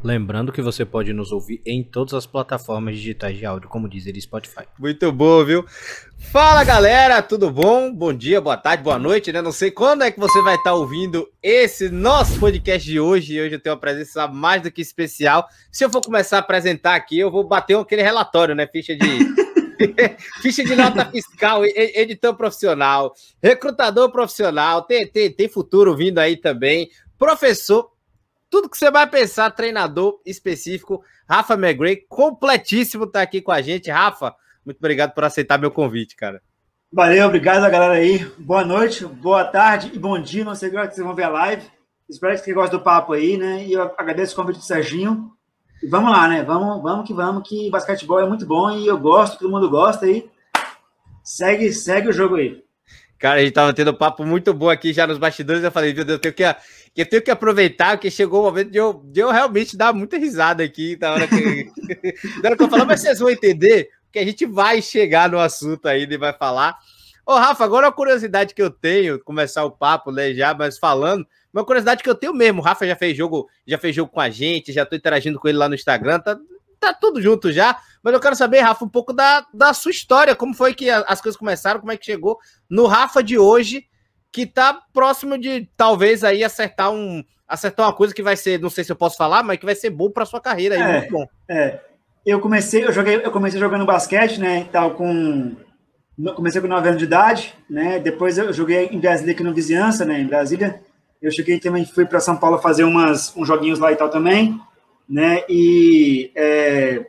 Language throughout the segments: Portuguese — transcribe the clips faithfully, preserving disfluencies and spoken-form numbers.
Lembrando que você pode nos ouvir em todas as plataformas digitais de áudio, como dizer Spotify. Muito bom, viu? Fala, galera, tudo bom? Bom dia, boa tarde, boa noite, né? Não sei quando é que você vai estar ouvindo esse nosso podcast de hoje. Hoje eu tenho uma presença mais do que especial. Se eu for começar a apresentar aqui, eu vou bater aquele relatório, né? Ficha de... Ficha de nota fiscal, editor profissional, recrutador profissional, tem, tem, tem futuro vindo aí também, professor, tudo que você vai pensar, treinador específico, Rafa McGray, completíssimo, tá aqui com a gente. Rafa, muito obrigado por aceitar meu convite, cara. Valeu, obrigado a galera aí, boa noite, boa tarde e bom dia, não sei agora que vocês vão ver a live, espero que vocês gostem do papo aí, né, e eu agradeço o convite do Serginho. E vamos lá, né? Vamos, vamos que vamos, que basquetebol é muito bom e eu gosto, todo mundo gosta aí. Segue, segue o jogo aí. Cara, a gente tava tendo um papo muito bom aqui já nos bastidores. Eu falei, meu Deus, eu tenho que, eu tenho que aproveitar, porque chegou o momento de eu, de eu realmente dar muita risada aqui. Na hora que, na hora que eu falar, mas vocês vão entender que a gente vai chegar no assunto ainda e vai falar. Ô, Rafa, agora uma curiosidade que eu tenho, começar o papo, né, já, mas falando. Uma curiosidade que eu tenho mesmo, o Rafa já fez jogo, já fez jogo com a gente, já tô interagindo com ele lá no Instagram, tá, tá tudo junto já, mas eu quero saber, Rafa, um pouco da, da sua história, como foi que as coisas começaram, como é que chegou no Rafa de hoje, que tá próximo de, talvez, aí acertar, um, acertar uma coisa que vai ser, não sei se eu posso falar, mas que vai ser bom pra sua carreira aí, é, muito bom. É, eu comecei, eu joguei, eu comecei jogando basquete, né, tal, com, comecei com nove anos de idade, né, depois eu joguei em Brasília, aqui no Vizinhança, né, em Brasília. Eu cheguei também, fui para São Paulo fazer umas, uns joguinhos lá e tal também, né, e é,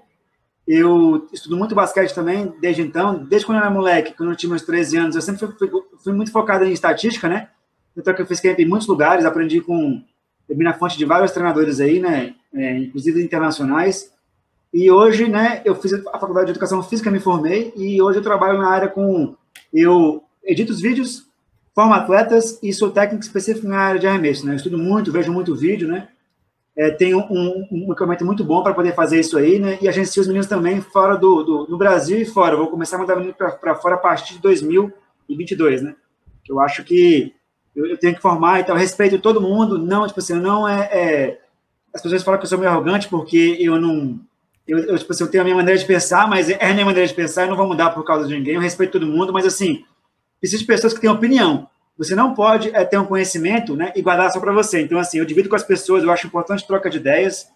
eu estudo muito basquete também, desde então, desde quando eu era moleque, quando eu tinha meus treze anos, eu sempre fui, fui, fui muito focado em estatística, né, então que eu fiz camp em muitos lugares, aprendi com, eu vi na fonte de vários treinadores aí, né, é, inclusive internacionais, e hoje, né, eu fiz a faculdade de Educação Física, me formei, e hoje eu trabalho na área com, eu edito os vídeos, formo atletas e sou técnico específico na área de arremesso, né? Eu estudo muito, vejo muito vídeo, né? É, tenho um, um equipamento muito bom para poder fazer isso aí, né? E agencio os meninos também fora do, do no Brasil e fora. Eu vou começar a mandar meninos para fora a partir de dois mil e vinte e dois, né? Eu acho que eu, eu tenho que formar, então, eu respeito todo mundo, não, tipo assim, não é, é... As pessoas falam que eu sou meio arrogante porque eu não... Eu, eu, tipo assim, eu tenho a minha maneira de pensar, mas é a minha maneira de pensar, eu não vou mudar por causa de ninguém, eu respeito todo mundo, mas assim... Precisa de pessoas que têm opinião. Você não pode é, ter um conhecimento, né, e guardar só para você. Então, assim, eu divido com as pessoas, eu acho importante troca de ideias,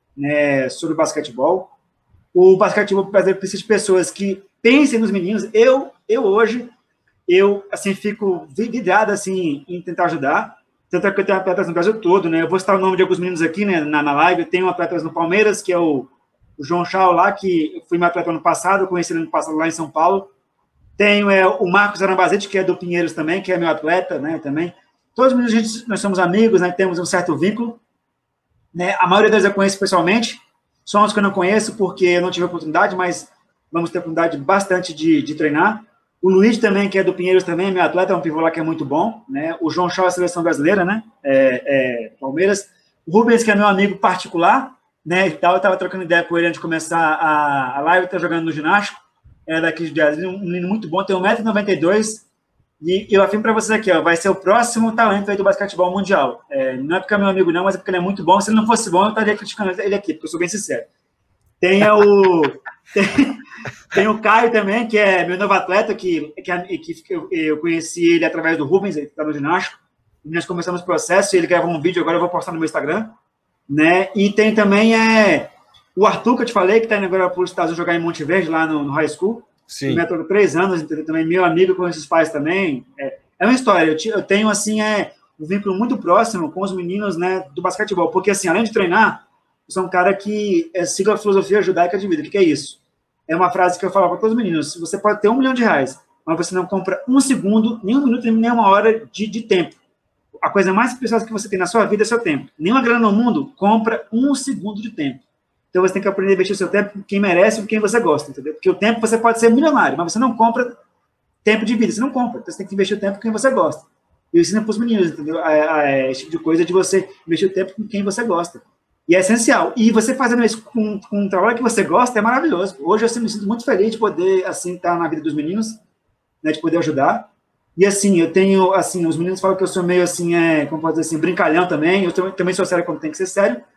né, sobre o basquetebol. O basquetebol brasileiro precisa de pessoas que pensem nos meninos. Eu, eu hoje, eu, assim, fico vidrado, assim, em tentar ajudar. Tanto é que eu tenho atletas no Brasil todo, né? Eu vou citar o nome de alguns meninos aqui, né, na, na live. Eu tenho atletas no Palmeiras, que é o, o João Chau lá, que eu fui meu atleta ano passado, eu conheci ele ano passado lá em São Paulo. Tenho é, o Marcos Arambazete, que é do Pinheiros também, que é meu atleta, né, também. Todos os meninos, nós somos amigos, né, temos um certo vínculo. Né, a maioria deles eu conheço pessoalmente, só uns que eu não conheço porque eu não tive oportunidade, mas vamos ter oportunidade bastante de, de treinar. O Luiz também, que é do Pinheiros também, é meu atleta, é um pivô lá que é muito bom. Né, o João Shaw é a seleção brasileira, né, é, é, Palmeiras. O Rubens, que é meu amigo particular, né, e tal, eu estava trocando ideia com ele antes de começar a, a live, está jogando no ginástico. É daqui de Brasília, um menino muito bom, tem um metro e noventa e dois, e eu afirmo para vocês aqui, ó, vai ser o próximo talento aí do basquetebol mundial. É, não é porque é meu amigo não, mas é porque ele é muito bom. Se ele não fosse bom, eu estaria criticando ele aqui, porque eu sou bem sincero. Tem o, tem, tem o Caio também, que é meu novo atleta, que, que, que eu, eu conheci ele através do Rubens, ele está no ginásio. Nós começamos o processo, ele gravou um vídeo, agora eu vou postar no meu Instagram. Né? E tem também... É, o Arthur, que eu te falei, que está indo agora para os Estados Unidos jogar em Monte Verde, lá no, no High School. Sim. Ele me três anos, entendeu? Também meu amigo com esses pais também. É, é uma história. Eu, te, eu tenho, assim, é, um vínculo muito próximo com os meninos, né, do basquetebol. Porque, assim, além de treinar, eu sou um cara que é, siga a filosofia judaica de vida. O que, que é isso? É uma frase que eu falo para todos os meninos. Você pode ter um milhão de reais, mas você não compra um segundo, nem um minuto, nem uma hora de, de tempo. A coisa mais preciosa que você tem na sua vida é seu tempo. Nenhuma grana no mundo compra um segundo de tempo. Então, você tem que aprender a investir o seu tempo com quem merece, com quem você gosta, entendeu? Porque o tempo você pode ser milionário, mas você não compra tempo de vida, você não compra. Então, você tem que investir o tempo com quem você gosta. E eu ensino para os meninos, entendeu? A, a, a, esse tipo de coisa de você investir o tempo com quem você gosta. E é essencial. E você fazendo isso com, com um trabalho que você gosta é maravilhoso. Hoje eu me sinto muito feliz de poder, assim, estar na vida dos meninos, né, de poder ajudar. E, assim, eu tenho, assim, os meninos falam que eu sou meio, assim, é, como pode dizer assim, brincalhão também. Eu também sou sério quando tem que ser sério.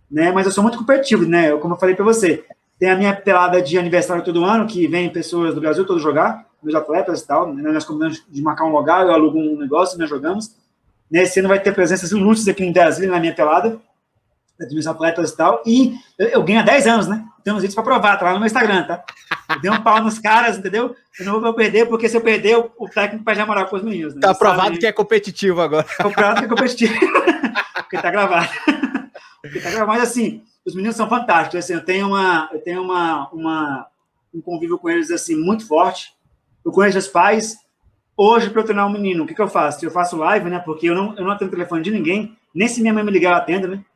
né? Mas eu sou muito competitivo, né? Eu, como eu falei para você, tem a minha pelada de aniversário todo ano, que vem pessoas do Brasil todo jogar, meus atletas e tal, né? Nós combinamos de marcar um lugar, eu alugo um negócio, nós jogamos. Nesse ano vai ter presenças ilustres aqui em Brasília, na minha pelada, dos meus atletas e tal, e eu, eu ganho há dez anos, né? Tem uns vídeos para provar, tá lá no meu Instagram, tá? Eu dei um pau nos caras, entendeu? Eu não vou perder, porque se eu perder, o, o técnico vai já morar com os meninos. Né? Tá provado que é competitivo agora. Tá provado que é competitivo. Porque tá gravado. Porque tá gravado, mas assim, os meninos são fantásticos, assim, eu tenho, uma, eu tenho uma, uma, um convívio com eles, assim, muito forte. Eu conheço os pais. Hoje, para eu treinar um menino, o que, que eu faço? Eu faço live, né? Porque eu não, eu não atendo telefone de ninguém, nem se minha mãe me ligar, eu atendo, né?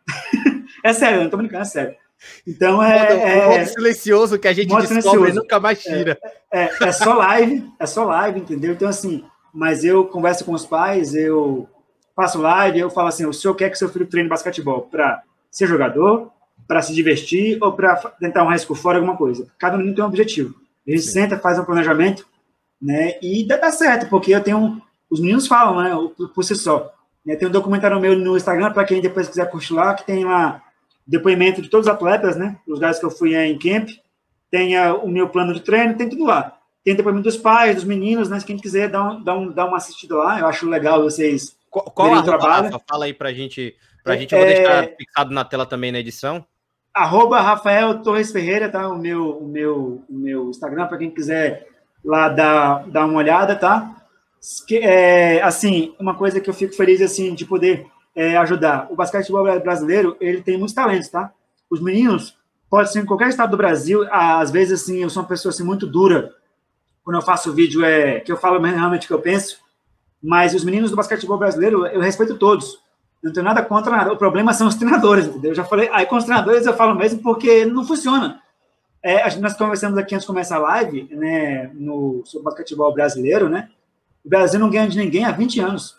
É sério, eu não tô brincando, é sério. Então, é... Modo, é modo silencioso que a gente descobre silencioso. E nunca mais tira. É, é, é só live, é só live, entendeu? Então, assim, mas eu converso com os pais, eu faço live, eu falo assim, o senhor quer que seu filho treine basquetebol para ser jogador, para se divertir ou para tentar um risco fora, alguma coisa? Cada menino tem um objetivo. A gente Sim. senta, faz um planejamento, né? E dá, dá certo, porque eu tenho... Os meninos falam, né? Por, por si só. Né? Tem um documentário meu no Instagram, para quem depois quiser curtir lá, que tem lá depoimento de todos os atletas, né? Os lugares que eu fui em camp. Tem uh, o meu plano de treino, tem tudo lá. Tem depoimento dos pais, dos meninos, né? Se quem quiser dar, um, dar, um, dar uma assistida lá, eu acho legal vocês... Qual, qual a trabalho. Rafa? Fala aí pra gente, pra gente, eu vou é... deixar fixado na tela também na edição. Arroba Rafael Torres Ferreira, tá? O meu, o meu, o meu Instagram, para quem quiser lá dar, dar uma olhada, tá? Que, é, assim, uma coisa que eu fico feliz, assim, de poder é, ajudar. O basquetebol brasileiro, ele tem muitos talentos, tá? Os meninos, pode ser em qualquer estado do Brasil, às vezes, assim, eu sou uma pessoa, assim, muito dura, quando eu faço vídeo, é, que eu falo realmente o que eu penso, mas os meninos do basquetebol brasileiro, eu respeito todos. Não tenho nada contra nada. O problema são os treinadores, entendeu? Eu já falei, aí com os treinadores eu falo mesmo porque não funciona. É, a gente, nós conversamos aqui antes de começar a live, né, no, sobre o basquetebol brasileiro, né? O Brasil não ganha de ninguém há vinte anos.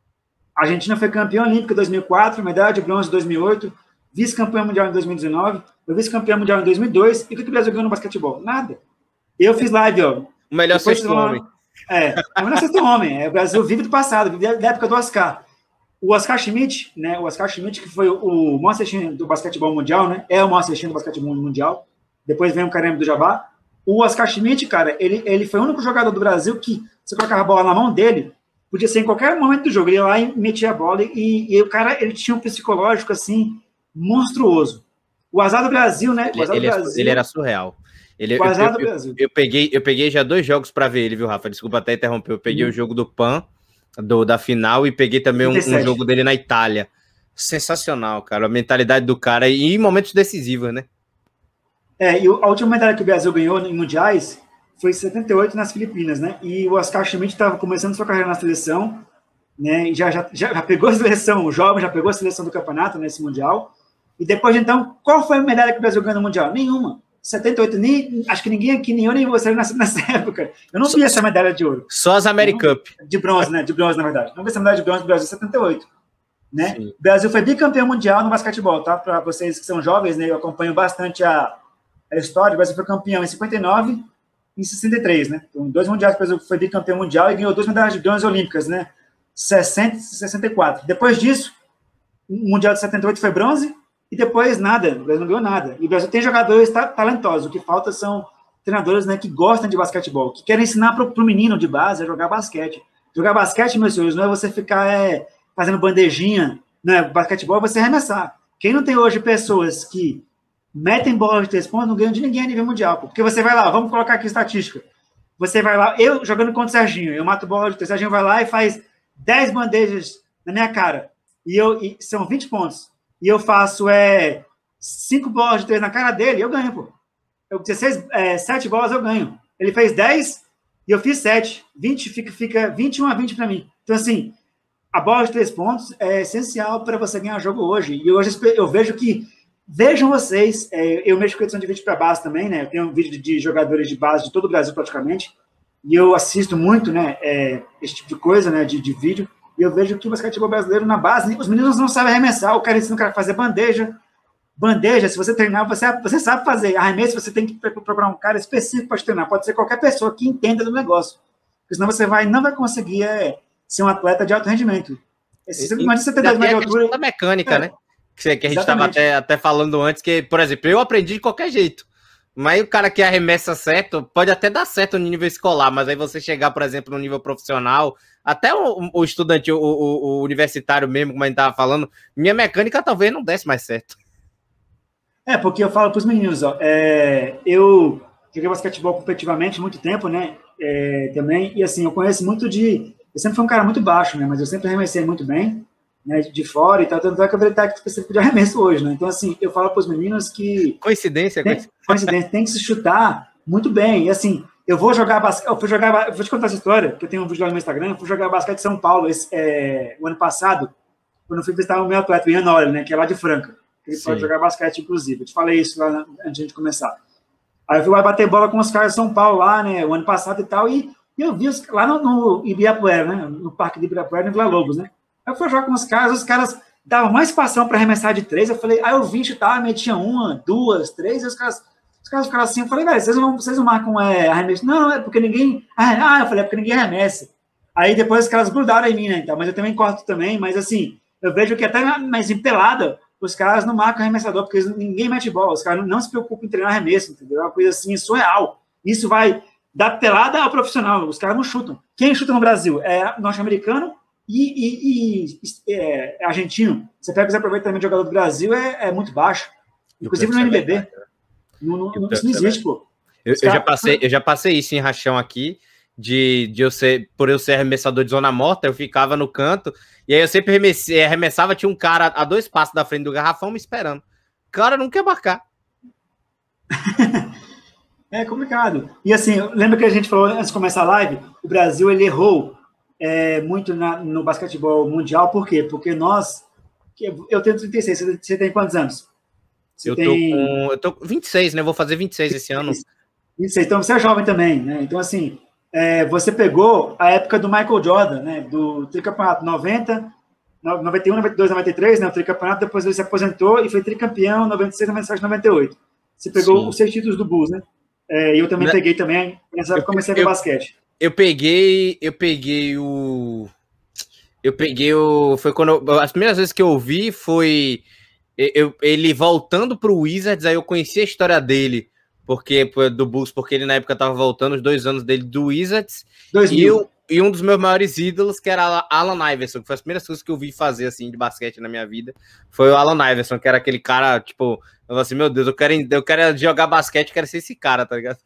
A Argentina foi campeã olímpica em dois mil e quatro, medalha de bronze em dois mil e oito, vice-campeão mundial em dois mil e dezenove, eu vice-campeão mundial em dois mil e dois, e o que o Brasil ganhou no basquetebol? Nada. Eu fiz live, ó. O melhor sexto homem. É, o melhor sexto homem. É, o Brasil vive do passado, vive da época do Oscar. O Oscar Schmidt, né, o Oscar Schmidt, que foi o Monster Team do basquetebol mundial, né, é o Monster Team do basquetebol mundial, depois vem o Kareem do Jabbar. O Oscar Schmidt, cara, ele, ele foi o único jogador do Brasil que, você colocava a bola na mão dele, podia ser em qualquer momento do jogo, ele ia lá e metia a bola, e, e o cara, ele tinha um psicológico, assim, monstruoso. O azar do Brasil, né, o azar ele, do Brasil, ele era surreal. Ele, o azar eu, do eu, Brasil. Eu, eu, peguei, eu peguei já dois jogos para ver ele, viu, Rafa? Desculpa até interromper, eu peguei hum. o jogo do Pan, Do, da final, e peguei também um, um jogo dele na Itália. Sensacional, cara. A mentalidade do cara e em momentos decisivos, né? É, e a última medalha que o Brasil ganhou em mundiais foi em setenta e oito nas Filipinas, né? E o Oscar Schmidt estava começando sua carreira na seleção, né? E já, já, já pegou a seleção, o jovem já pegou a seleção do campeonato nesse mundial. E depois, então, qual foi a medalha que o Brasil ganhou no mundial? Nenhuma. setenta e oito, nem, acho que ninguém aqui, nem eu, nem você nessa, nessa época. Eu não só, vi essa medalha de ouro. Só as American Cup. De bronze, né? De bronze, na verdade. Não vi essa medalha de bronze do Brasil em setenta e oito. Né? O Brasil foi bicampeão mundial no basquetebol, tá? Para vocês que são jovens, né? Eu acompanho bastante a, a história. O Brasil foi campeão em cinquenta e nove e em sessenta e três, né? Então, dois mundiais, o Brasil foi bicampeão mundial e ganhou duas medalhas de bronze olímpicas, né? sessenta e sessenta e quatro. Depois disso, o Mundial de setenta e oito foi bronze. E depois, nada, o Brasil não ganhou nada. E o Brasil tem jogadores talentosos. O que falta são treinadores, né, que gostam de basquetebol, que querem ensinar para o menino de base a jogar basquete. Jogar basquete, meus senhores, não é você ficar é, fazendo bandejinha, né? Basquetebol é você arremessar. Quem não tem hoje pessoas que metem bola de três pontos, não ganham de ninguém a nível mundial. Porque você vai lá, vamos colocar aqui estatística. Você vai lá, eu jogando contra o Serginho, eu mato bola de três, o Serginho vai lá e faz dez bandejas na minha cara. E, eu, e são vinte pontos. E eu faço é, cinco bolas de três na cara dele, eu ganho, pô. Eu dezesseis, é, sete bolas eu ganho. Ele fez dez e eu fiz sete. vinte, fica, fica vinte e um a vinte para mim. Então, assim, a bola de três pontos é essencial para você ganhar jogo hoje. E hoje eu vejo que, vejam vocês, é, eu mexo com edição de vídeo para base também, né? Eu tenho um vídeo de jogadores de base de todo o Brasil praticamente. E eu assisto muito, né, é, esse tipo de coisa, né, de, de vídeo. E eu vejo que o basquetebol brasileiro, na base, os meninos não sabem arremessar, o cara ensina o cara a fazer bandeja. Bandeja, se você treinar, você, você sabe fazer. Arremesso, você tem que procurar um cara específico para te treinar. Pode ser qualquer pessoa que entenda do negócio. Porque senão você vai, não vai conseguir é, ser um atleta de alto rendimento. Se você, e, você tem dois metros de altura... da mecânica, é, né? Que, que a gente estava até, até falando antes, que, por exemplo, eu aprendi de qualquer jeito. Mas o cara que arremessa certo, pode até dar certo no nível escolar, mas aí você chegar, por exemplo, no nível profissional, até o, o estudante, o, o, o universitário mesmo, como a gente estava falando, minha mecânica talvez não desse mais certo. É, porque eu falo para os meninos, ó, é, eu joguei basquetebol competitivamente muito tempo, né, é, também, e assim, eu conheço muito de... Eu sempre fui um cara muito baixo, né, mas eu sempre arremessei muito bem, né, de fora e tal, tanto é que eu virei técnico específico de arremesso hoje, né, então assim, eu falo para os meninos que... Coincidência, tem, coincidência. coincidência, tem que se chutar muito bem, e assim, eu vou jogar basquete, eu fui jogar, eu vou te contar essa história, que eu tenho um vídeo lá no meu Instagram, eu fui jogar basquete em São Paulo, esse, é, o ano passado, quando eu fui visitar o meu atleta, o Ian Noel, né, que é lá de Franca. Ele Sim. pode jogar basquete, inclusive. Eu te falei isso lá antes de a gente começar. Aí eu fui lá bater bola com os caras de São Paulo, lá, né, o ano passado e tal, e, e eu vi os, lá no, no Ibirapuera, né, no Parque de Ibirapuera, no Vila Lobos, né. Aí eu fui jogar com os caras, os caras davam mais passão para arremessar de três, eu falei, aí eu vim chutar, metia uma, duas, três, e os caras, os caras ficaram assim, eu falei, velho, vocês não, vocês não marcam é, arremesso? Não, é porque ninguém, ah, eu falei, é porque ninguém arremessa. Aí depois os caras grudaram em mim, né, então, mas eu também corto também, mas assim, eu vejo que até mais empelada, os caras não marcam arremessador, porque ninguém mete bola, os caras não se preocupam em treinar arremesso, entendeu? É uma coisa assim, surreal. Isso vai da pelada ao profissional, os caras não chutam. Quem chuta no Brasil é norte-americano e, e, e é, argentino. Você pega os aproveitamentos de jogador do Brasil, é, é muito baixo. Inclusive no N B B. Não, não, isso não existe, pô. Eu, eu, já passei, eu já passei isso em rachão aqui, de, de eu ser, por eu ser arremessador de zona morta, eu ficava no canto, e aí eu sempre arremessei, arremessava, tinha um cara a dois passos da frente do garrafão me esperando. O cara não quer marcar. É complicado. E assim, lembra que a gente falou antes de começar a live? O Brasil, ele errou é, muito na, no basquetebol mundial, por quê? Porque nós, eu tenho trinta e seis, você tem quantos anos? Você eu, tem... tô com, eu tô com vinte e seis, né? Vou fazer vinte e seis esse ano. vinte e seis, então você é jovem também, né? Então assim, é, você pegou a época do Michael Jordan, né? Do tricampeonato noventa, noventa e um, noventa e dois, noventa e três, né? O tricampeonato, depois ele se aposentou e foi tricampeão noventa e seis, noventa e sete, noventa e oito. Você pegou Sim. os seis títulos do Bulls, né? É, eu também Na... peguei também, nessa época eu comecei a ver eu, basquete. Eu peguei, eu peguei o... Eu peguei o... Foi quando... Eu, as primeiras vezes que eu ouvi foi... Eu, ele voltando pro Wizards, aí eu conheci a história dele, porque do Bulls, porque ele na época tava voltando, os dois anos dele do Wizards, e, eu, e um dos meus maiores ídolos, que era Allen Iverson, que foi as primeiras coisas que eu vi fazer, assim, de basquete na minha vida, foi o Allen Iverson, que era aquele cara, tipo, eu falei assim, meu Deus, eu quero, eu quero jogar basquete, eu quero ser esse cara, tá ligado?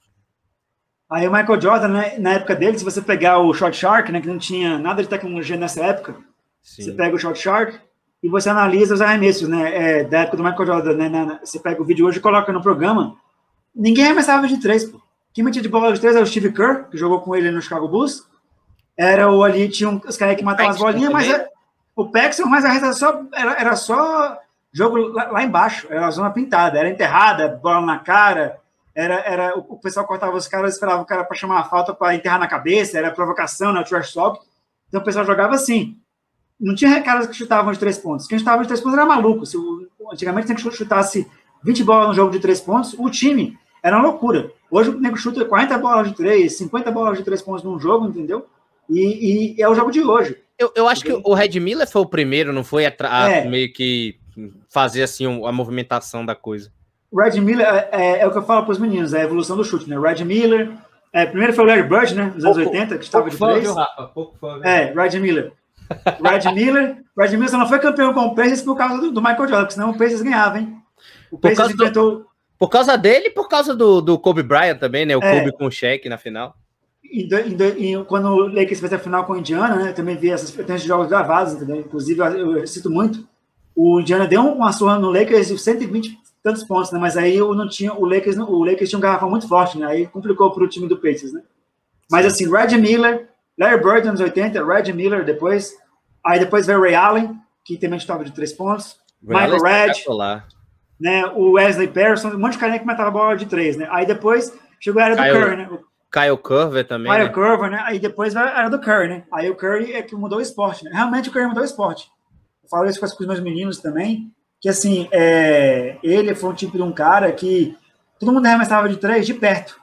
Aí o Michael Jordan, né, na época dele, se você pegar o Shot Shark, né, que não tinha nada de tecnologia nessa época, Sim. você pega o Shot Shark, e você analisa os arremessos, né, é, da época do Michael Jordan, né, na, você pega o vídeo hoje e coloca no programa, ninguém arremessava de três, pô. Quem metia de bola de três era o Steve Kerr, que jogou com ele no Chicago Bulls, era o ali, tinha um, os caras que matavam as bolinhas, mas era, o Paxson, mas a resta só, era, era só jogo lá, lá embaixo, era a zona pintada, era enterrada, bola na cara, era, era, o, o pessoal cortava os caras, esperava o cara para chamar a falta para enterrar na cabeça, era provocação, né, trash talk, então o pessoal jogava assim. Não tinha caras que chutavam de três pontos. Quem chutava de três pontos era maluco. Se o, antigamente, se a gente chutasse vinte bolas no jogo de três pontos, o time era uma loucura. Hoje o nego chuta quarenta bolas de três, cinquenta bolas de três pontos num jogo, entendeu? E, e é o jogo de hoje. Eu, eu acho entendeu? que o Red Miller foi o primeiro, não foi a, a é. meio que fazer assim a movimentação da coisa. O Red Miller é, é, é o que eu falo para os meninos, é a evolução do chute, né? O Red Miller, é, primeiro foi o Larry Bird, né? Nos anos pouco, oitenta, que estava de três. Viu, Rafa? Pouco fã, viu? É, Red Miller. Red Miller, Red Miller só não foi campeão com o Pacers por causa do, do Michael Jordan, porque senão o Pacers ganhava, hein? O Pacers por enfrentou... Do, por causa dele e por causa do, do Kobe Bryant também, né? O é, Kobe com o Shaq na final. E, do, e, do, e quando o Lakers fez a final com o Indiana, né? Eu também vi essas, tem esses jogos gravados, entendeu? Inclusive, eu, eu cito muito. O Indiana deu uma surra no Lakers de cento e vinte e tantos pontos, né? Mas aí eu não tinha, o Lakers, o Lakers tinha um garrafão muito forte, né? Aí complicou para o time do Pacers, né? Mas assim, Red Miller, Larry Bird nos oitenta, Red Miller depois... Aí depois veio o Ray Allen, que também estava de três pontos. Ray Michael Redd, né, o Wesley Patterson, um monte de carinha que matava a bola de três, né? Aí depois chegou a era do Kyle, Curry, né? O Kyle Korver também, Kyle né? Korver, né? Aí depois veio a era do Curry, né? Aí o Curry é que mudou o esporte, né? Realmente o Curry mudou o esporte. Eu falo isso com os meus meninos também, que assim, é, ele foi um tipo de um cara que todo mundo arremessava de três de perto.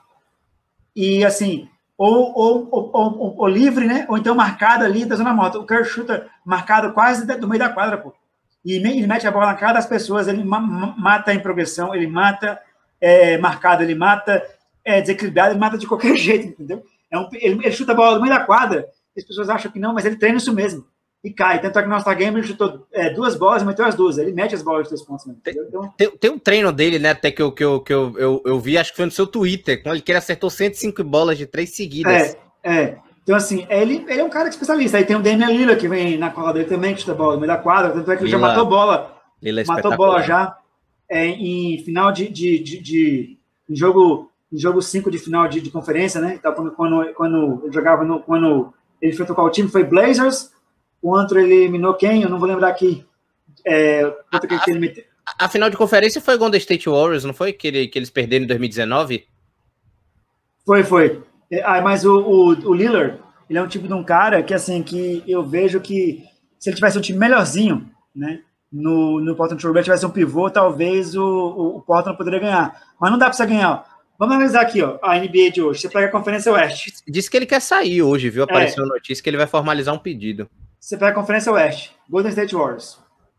E assim... Ou, ou, ou, ou, ou livre, né? Ou então marcado ali da zona morta. O Curry chuta marcado quase do meio da quadra, pô. e ele mete a bola na cara das pessoas, ele ma mata em progressão, ele mata é, marcado, ele mata é, desequilibrado, ele mata de qualquer jeito, entendeu? É um, ele, ele chuta a bola no meio da quadra, as pessoas acham que não, mas ele treina isso mesmo. E cai. Tanto é que no All-Star Game ele chutou é, duas bolas e meteu as duas. Ele mete as bolas de três pontos mesmo. Tem, então... tem, tem um treino dele, né? Até que eu, que, eu, que eu, eu, eu vi, acho que foi no seu Twitter, quando ele que ele acertou cento e cinco bolas de três seguidas. É, é. Então, assim, ele, ele é um cara especialista. Aí tem o Damian Lillard, que vem na cola dele também, que chuta a bola no meio da quadra. Tanto é que ele Lila, já matou bola. Lila é matou bola já é, em final de, de, de, de em jogo em jogo cinco de final de, de conferência, né? Então, quando, quando, quando ele jogava no, quando ele foi tocar o time, foi Blazers. O outro ele eliminou quem? Eu não vou lembrar aqui. É, a, que ele meteu. A, a final de conferência foi Golden State Warriors, não foi? Que, ele, que eles perderam em dois mil e dezenove? Foi, foi. Ah, mas o, o, o Lillard, ele é um tipo de um cara que, assim, que eu vejo que se ele tivesse um time melhorzinho, né, no, no Portland Trail Blazers, tivesse um pivô, talvez o, o, o Portland poderia ganhar. Mas não dá para você ganhar. Vamos analisar aqui, ó, a N B A de hoje. Você pega a Conferência Oeste. Disse que ele quer sair hoje, viu? Apareceu é. notícia que ele vai formalizar um pedido. Você pega a Conferência Oeste. Golden State Warriors.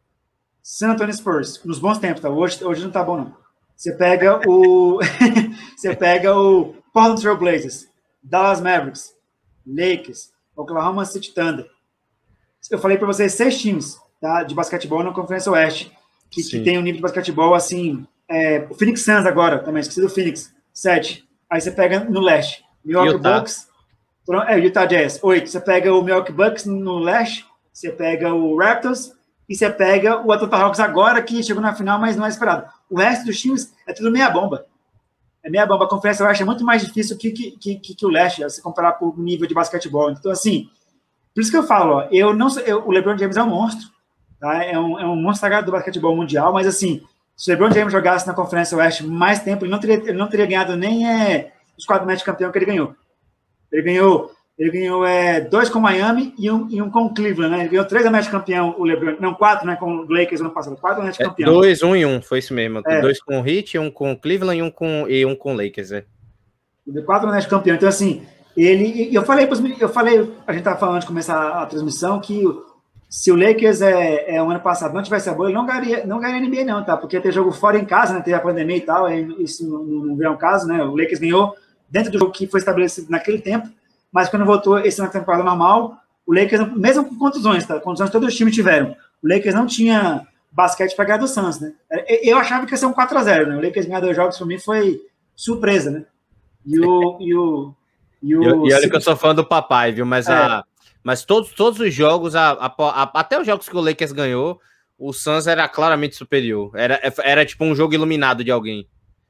San Antonio Spurs. Nos bons tempos, tá? Hoje, hoje não tá bom, não. Você pega o... você pega o Portland Trail Blazers. Dallas Mavericks. Lakers. Oklahoma City Thunder. Eu falei para vocês seis times, tá? De basquetebol na Conferência Oeste. Que, que tem um nível de basquetebol, assim... É, o Phoenix Suns agora, também. Esqueci do Phoenix. Sete. Aí você pega no leste. Milwaukee Utah. Bucks. É, Utah Jazz. Oito. Você pega o Milwaukee Bucks no leste. Você pega o Raptors. E você pega o Atlanta Hawks agora, que chegou na final, mas não é esperado. O resto dos times é tudo meia bomba. É meia bomba. A Conferência Oeste é muito mais difícil que, que, que, que o leste, se comparar por nível de basquetebol. Então, assim, por isso que eu falo, ó, eu não sei, eu, o LeBron James é um monstro. Tá? É, um, é um monstro sagrado do basquetebol mundial, mas, assim, se o LeBron James jogasse na Conferência Oeste mais tempo, ele não teria, ele não teria ganhado nem é, os quatro matches de campeão que ele ganhou. Ele ganhou, ele ganhou é, dois com Miami e um, e um com o Cleveland, né? Ele ganhou três matches de campeão, o LeBron, não, quatro, né? Com o Lakers ano passado, quatro matches de campeão. É, dois, um e um, foi isso mesmo. É. Dois com o Heat, um com o Cleveland e um com e um com o Lakers, é. Quatro matches de campeão. Então, assim, ele, eu falei, eu falei, a gente tava falando de começar a, a transmissão que se o Lakers é, é o ano passado não tivesse a boa, ele não ganharia, não ganharia a N B A não, tá? Porque ia ter jogo fora em casa, né? Teve a pandemia e tal, isso não, não veio um caso, né? O Lakers ganhou dentro do jogo que foi estabelecido naquele tempo, mas quando voltou esse na temporada normal, o Lakers, mesmo com contusões, tá? Contusões todos os times tiveram. O Lakers não tinha basquete para ganhar do Suns, né? Eu achava que ia ser um quatro a zero, né? O Lakers ganhar dois jogos para mim foi surpresa, né? E o... E, o, e, o, e olha que eu sou fã do papai, viu? Mas, é. a, mas todos, todos os jogos, a, a, a, até os jogos que o Lakers ganhou, o Suns era claramente superior. Era, era tipo um jogo iluminado de alguém.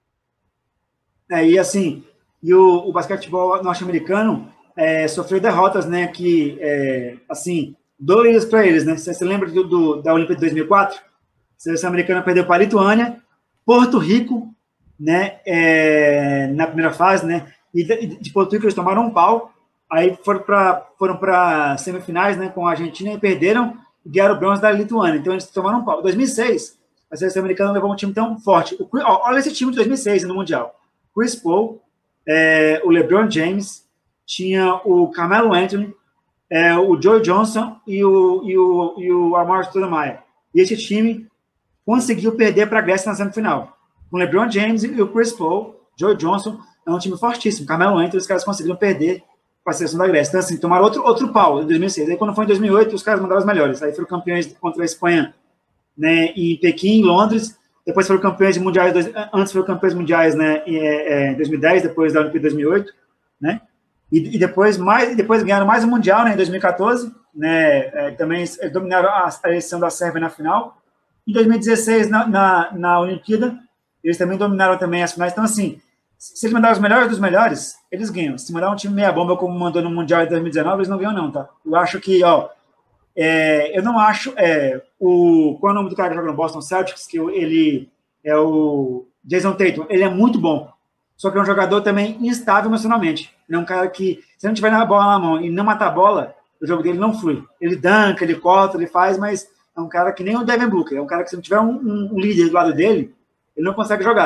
É, e assim, e o, o basquetebol norte-americano é, sofreu derrotas, né? Que, é, assim, doloridas para eles, né? Você, você lembra do, do, da Olimpíada de dois mil e quatro? A seleção americana perdeu para a Lituânia, Porto Rico, né? É, na primeira fase, né? E de, de Porto Rico eles tomaram um pau, aí foram para foram para semifinais, né? Com a Argentina e perderam e ganharam o bronze da Lituânia. Então eles tomaram um pau. Em dois mil e seis, a seleção americana levou um time tão forte. O, ó, olha esse time de dois mil e seis no Mundial. Chris Paul, é, o LeBron James, tinha o Carmelo Anthony, é, o Joe Johnson e o, e o, e o Amar Stoudemire. E esse time conseguiu perder para a Grécia na semifinal. Com o LeBron James e o Chris Paul, Joe Johnson, é um time fortíssimo. Carmelo Anthony, os caras conseguiram perder para a seleção da Grécia. Então, assim, tomaram outro, outro pau em dois mil e seis. Aí, quando foi em dois mil e oito, os caras mandaram os melhores. Aí foram campeões contra a Espanha, né, em Pequim, em Londres. Depois foram campeões mundiais, antes foram campeões mundiais, né, em dois mil e dez, depois da Olimpíada de dois mil e oito, né? E, e depois, mais, depois ganharam mais um Mundial, né, em dois mil e quatorze, né, é, também dominaram a, a eleição da Sérvia na final. Em dois mil e dezesseis, na, na, na Olimpíada, eles também dominaram também as finais. Então, assim, se eles mandarem os melhores dos melhores, eles ganham. Se mandar um time meia bomba como mandou no Mundial de dois mil e dezenove, eles não ganham não, tá? Eu acho que, ó, é, eu não acho, é, o, qual é o nome do cara que joga no Boston Celtics, que ele é o Jason Tatum, ele é muito bom, só que é um jogador também instável emocionalmente. Ele é um cara que, se não tiver a bola na mão e não matar a bola, o jogo dele não flui. Ele danca, ele corta, ele faz, mas é um cara que nem o Devin Booker, é um cara que se não tiver um, um, um líder do lado dele, ele não consegue jogar.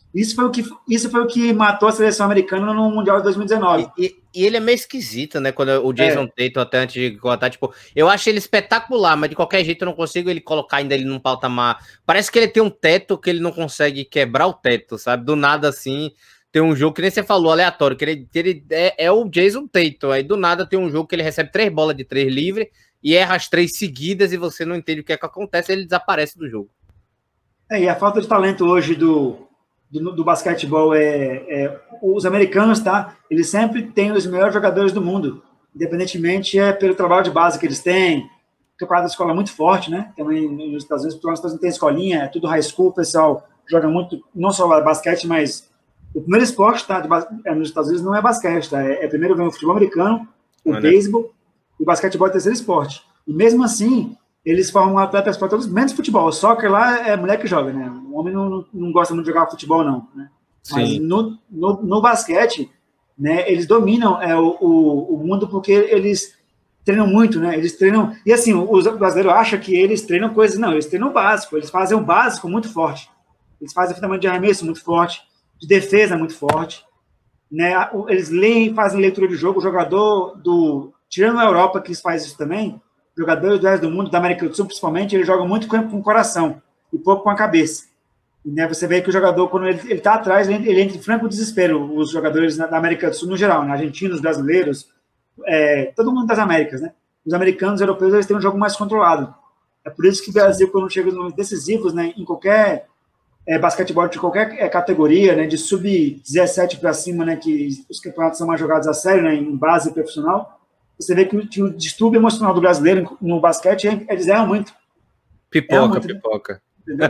Isso foi o que, isso foi o que matou a seleção americana no Mundial de dois mil e dezenove. E, e, e ele é meio esquisito, né? Quando o Jason é. Tatum, até antes de contar, tipo, eu acho ele espetacular, mas de qualquer jeito eu não consigo ele colocar ainda ele num patamar. Parece que ele tem um teto que ele não consegue quebrar o teto, sabe? Do nada assim, tem um jogo que nem você falou, aleatório, que ele, que ele é, é o Jason Tatum. Aí do nada tem um jogo que ele recebe três bolas de três livre e erra as três seguidas e você não entende o que é que acontece, ele desaparece do jogo. É, e a falta de talento hoje do. Do, do basquetebol é, é os americanos, tá? Eles sempre têm os melhores jogadores do mundo, independentemente é pelo trabalho de base que eles têm. O campeonato da escola é muito forte, né? Também nos Estados Unidos, nos Estados Unidos tem escolinha, é tudo high school, o pessoal joga muito, não só basquete, mas o primeiro esporte, tá? De, é, nos Estados Unidos não é basquete, tá? É, é primeiro vem o futebol americano, o Olha. beisebol e o basquetebol é o terceiro esporte. E mesmo assim, eles formam atletas para todos, menos futebol. O soccer lá é mulher que joga, né? O homem não, não gosta muito de jogar futebol, não. Né? Mas no, no, no basquete, né, eles dominam é, o, o, o mundo porque eles treinam muito, né? Eles treinam... E assim, os brasileiros acham que eles treinam coisas... Não, eles treinam o básico. Eles fazem o básico muito forte. Eles fazem fundamento de arremesso muito forte, de defesa muito forte. Né? Eles leem, fazem leitura de jogo. O jogador do... Tirando a Europa, que faz isso também... Jogadores do resto do mundo, da América do Sul, principalmente, eles jogam muito com, com o coração e pouco com a cabeça. E, né, você vê que o jogador, quando ele está atrás, ele, ele entra em franco desespero. Os jogadores da América do Sul, no geral, né, argentinos, brasileiros, é, todo mundo das Américas. Né? Os americanos, os europeus, eles têm um jogo mais controlado. É por isso que o Brasil, quando chega nos momentos decisivos, né, em qualquer é, basquetebol de qualquer é, categoria, né, de sub dezessete para cima, né, que os campeonatos são mais jogados a sério, né, em base profissional, você vê que o, que o distúrbio emocional do brasileiro no basquete, eles erram muito. Pipoca, erram muito, pipoca.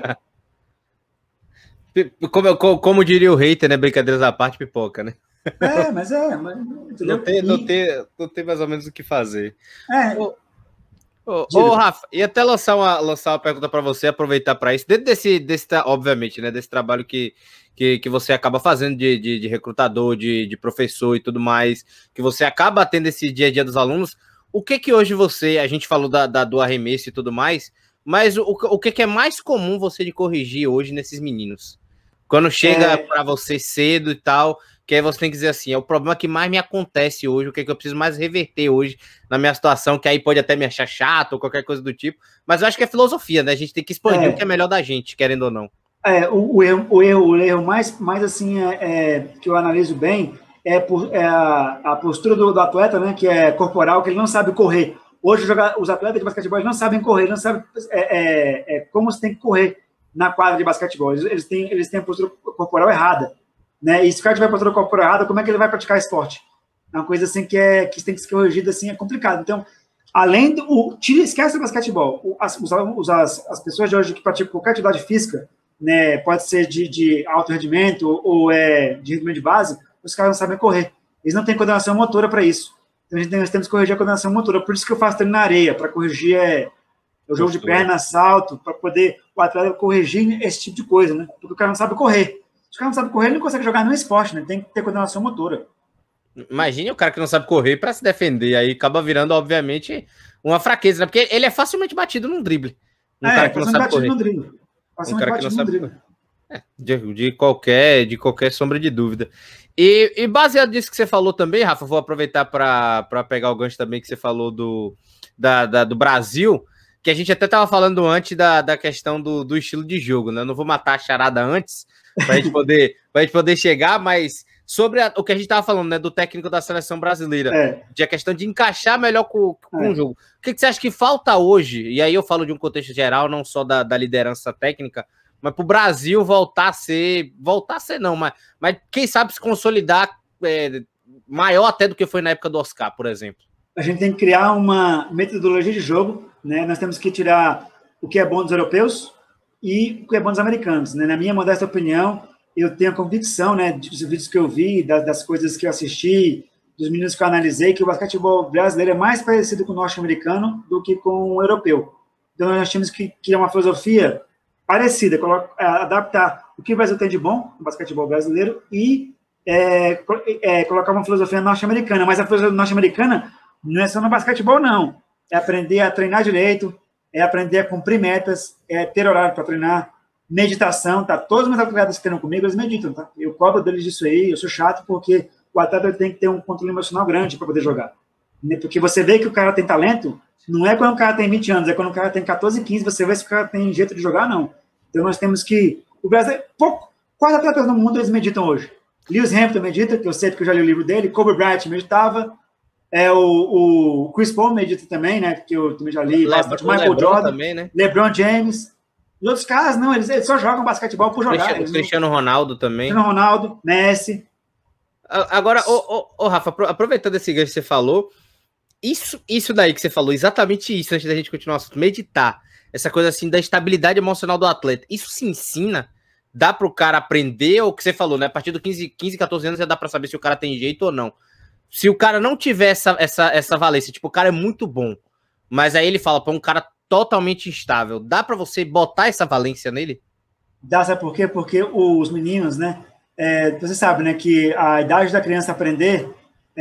como, como, como diria o hater, né? Brincadeiras à parte, pipoca, né? É, mas é. Mas, não, tem, não, tem, não tem mais ou menos o que fazer. É. Ô, ô, ô Rafa, e até lançar uma, lançar uma pergunta para você, aproveitar para isso, dentro desse, desse, obviamente, né? Desse trabalho que. Que, que você acaba fazendo de, de, de recrutador, de, de professor e tudo mais, que você acaba tendo esse dia a dia dos alunos, o que que hoje você, a gente falou da, da, do arremesso e tudo mais, mas o, o que que é mais comum você de corrigir hoje nesses meninos? Quando chega é... para você cedo e tal, que aí você tem que dizer assim, é o problema que mais me acontece hoje, o que que eu preciso mais reverter hoje na minha situação, que aí pode até me achar chato ou qualquer coisa do tipo, mas eu acho que é filosofia, né? A gente tem que expandir é... o que é melhor da gente, querendo ou não. É, o, o, erro, o, erro, o erro mais, mais assim, é, é, que eu analiso bem é, por, é a, a postura do, do atleta, né, que é corporal, que ele não sabe correr. Hoje, jogar, os atletas de basquetebol não sabem correr, não sabem é, é, é, como se tem que correr na quadra de basquetebol. Eles, eles, têm, eles têm a postura corporal errada. Né? E se o cara tiver postura corporal errada, como é que ele vai praticar esporte? É uma coisa assim que, é, que tem que ser corrigida, assim, é complicado. Então, além do... O, tira, esquece o basquetebol. O, as, os, as, as pessoas de hoje que praticam qualquer atividade física, né, pode ser de, de alto rendimento ou, ou é, de rendimento de base, os caras não sabem correr. Eles não têm coordenação motora para isso. Então, a gente tem, nós temos que corrigir a coordenação motora. Por isso que eu faço treino na areia, para corrigir é, o jogo de perna, salto, para poder o atleta corrigir esse tipo de coisa, né? Porque o cara não sabe correr. Se o cara não sabe correr, ele não consegue jogar no esporte, né? Tem que ter coordenação motora. Imagine o cara que não sabe correr para se defender, aí acaba virando, obviamente, uma fraqueza, né? Porque ele é facilmente batido num drible. Um é, cara que não sabe correr. No drible. Um cara que não sabe... É, de, de, qualquer, de qualquer sombra de dúvida. E, e baseado nisso que você falou também, Rafa, vou aproveitar para pegar o gancho também que você falou do, da, da, do Brasil, que a gente até estava falando antes da, da questão do, do estilo de jogo, né? Eu não vou matar a charada antes, para a gente poder, pra gente poder chegar, mas sobre a, o que a gente estava falando, né, do técnico da seleção brasileira, é. de a questão de encaixar melhor com, com é. o jogo. O que, que você acha que falta hoje? E aí eu falo de um contexto geral, não só da, da liderança técnica, mas para o Brasil voltar a ser, voltar a ser não, mas, mas quem sabe se consolidar é, maior até do que foi na época do Oscar, por exemplo. A gente tem que criar uma metodologia de jogo, né? Nós temos que tirar o que é bom dos europeus e o que é bom dos americanos, né? Na minha modesta opinião, eu tenho a convicção, né, dos vídeos que eu vi, das, das coisas que eu assisti, dos meninos que eu analisei, que o basquetebol brasileiro é mais parecido com o norte-americano do que com o europeu. Então, nós temos que criar uma filosofia parecida, adaptar o que o Brasil tem de bom no basquetebol brasileiro e é, é, colocar uma filosofia norte-americana. Mas a filosofia norte-americana não é só no basquetebol, não. É aprender a treinar direito, é aprender a cumprir metas, é ter horário para treinar, meditação, tá? Todos os meus atletas que treinam comigo, eles meditam, tá? Eu cobro deles disso aí, eu sou chato porque o atleta tem que ter um controle emocional grande para poder jogar. Porque você vê que o cara tem talento, não é quando o cara tem vinte anos, é quando o cara tem quatorze, quinze, você vê se o cara tem jeito de jogar, não. Então nós temos que... O Brasil, pouco, quais atletas no mundo eles meditam hoje? Lewis Hamilton medita, que eu sei porque eu já li o livro dele, Kobe Bryant meditava, é, o, o Chris Paul medita também, né, que eu também já li, Le bastante, Michael LeBron Jordan, também, né? LeBron James, e outros caras, não, eles, eles só jogam basquetebol por jogar. Cristiano, Cristiano não... Ronaldo também. Cristiano Ronaldo, Messi. Agora, ô, ô, ô, Rafa, aproveitando esse gancho que você falou, isso, isso daí que você falou, exatamente isso, antes da gente continuar o assunto, meditar, essa coisa assim da estabilidade emocional do atleta, isso se ensina? Dá para o cara aprender, ou o que você falou, né? A partir dos quinze, quinze, quatorze anos já dá para saber se o cara tem jeito ou não. Se o cara não tiver essa, essa, essa valência, tipo, o cara é muito bom, mas aí ele fala para um cara totalmente instável, dá para você botar essa valência nele? Dá, sabe por quê? Porque os meninos, né? É, você sabe, né, que a idade da criança aprender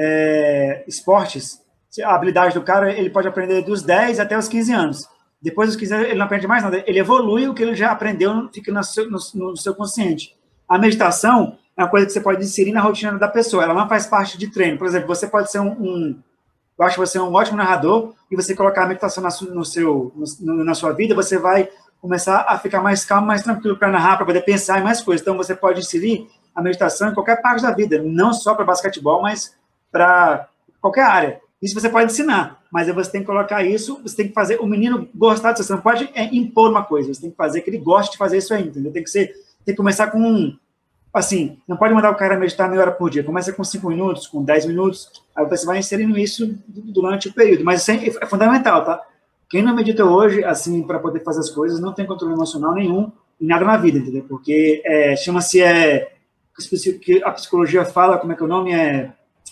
é, esportes, a habilidade do cara, ele pode aprender dos dez até os quinze anos. Depois dos quinze anos, ele não aprende mais nada. Ele evolui o que ele já aprendeu, fica no seu, no, no seu consciente. A meditação é uma coisa que você pode inserir na rotina da pessoa. Ela não faz parte de treino. Por exemplo, você pode ser um... um eu acho que você é um ótimo narrador e você colocar a meditação na, no seu, no, na sua vida, você vai começar a ficar mais calmo, mais tranquilo para narrar, para poder pensar em mais coisas. Então, você pode inserir a meditação em qualquer parte da vida, não só para basquetebol, mas para qualquer área. Isso você pode ensinar, mas você tem que colocar isso, você tem que fazer o menino gostar disso, você não pode é, impor uma coisa, você tem que fazer que ele goste de fazer isso aí, entendeu? Tem que ser, tem que começar com um, assim, não pode mandar o cara meditar meia hora por dia, começa com cinco minutos, com dez minutos, aí você vai inserindo isso durante o período, mas isso é, é fundamental, tá? Quem não medita hoje, assim, para poder fazer as coisas, não tem controle emocional nenhum em nada na vida, entendeu? Porque é, chama-se, é, que a psicologia fala, como é que é o nome? É,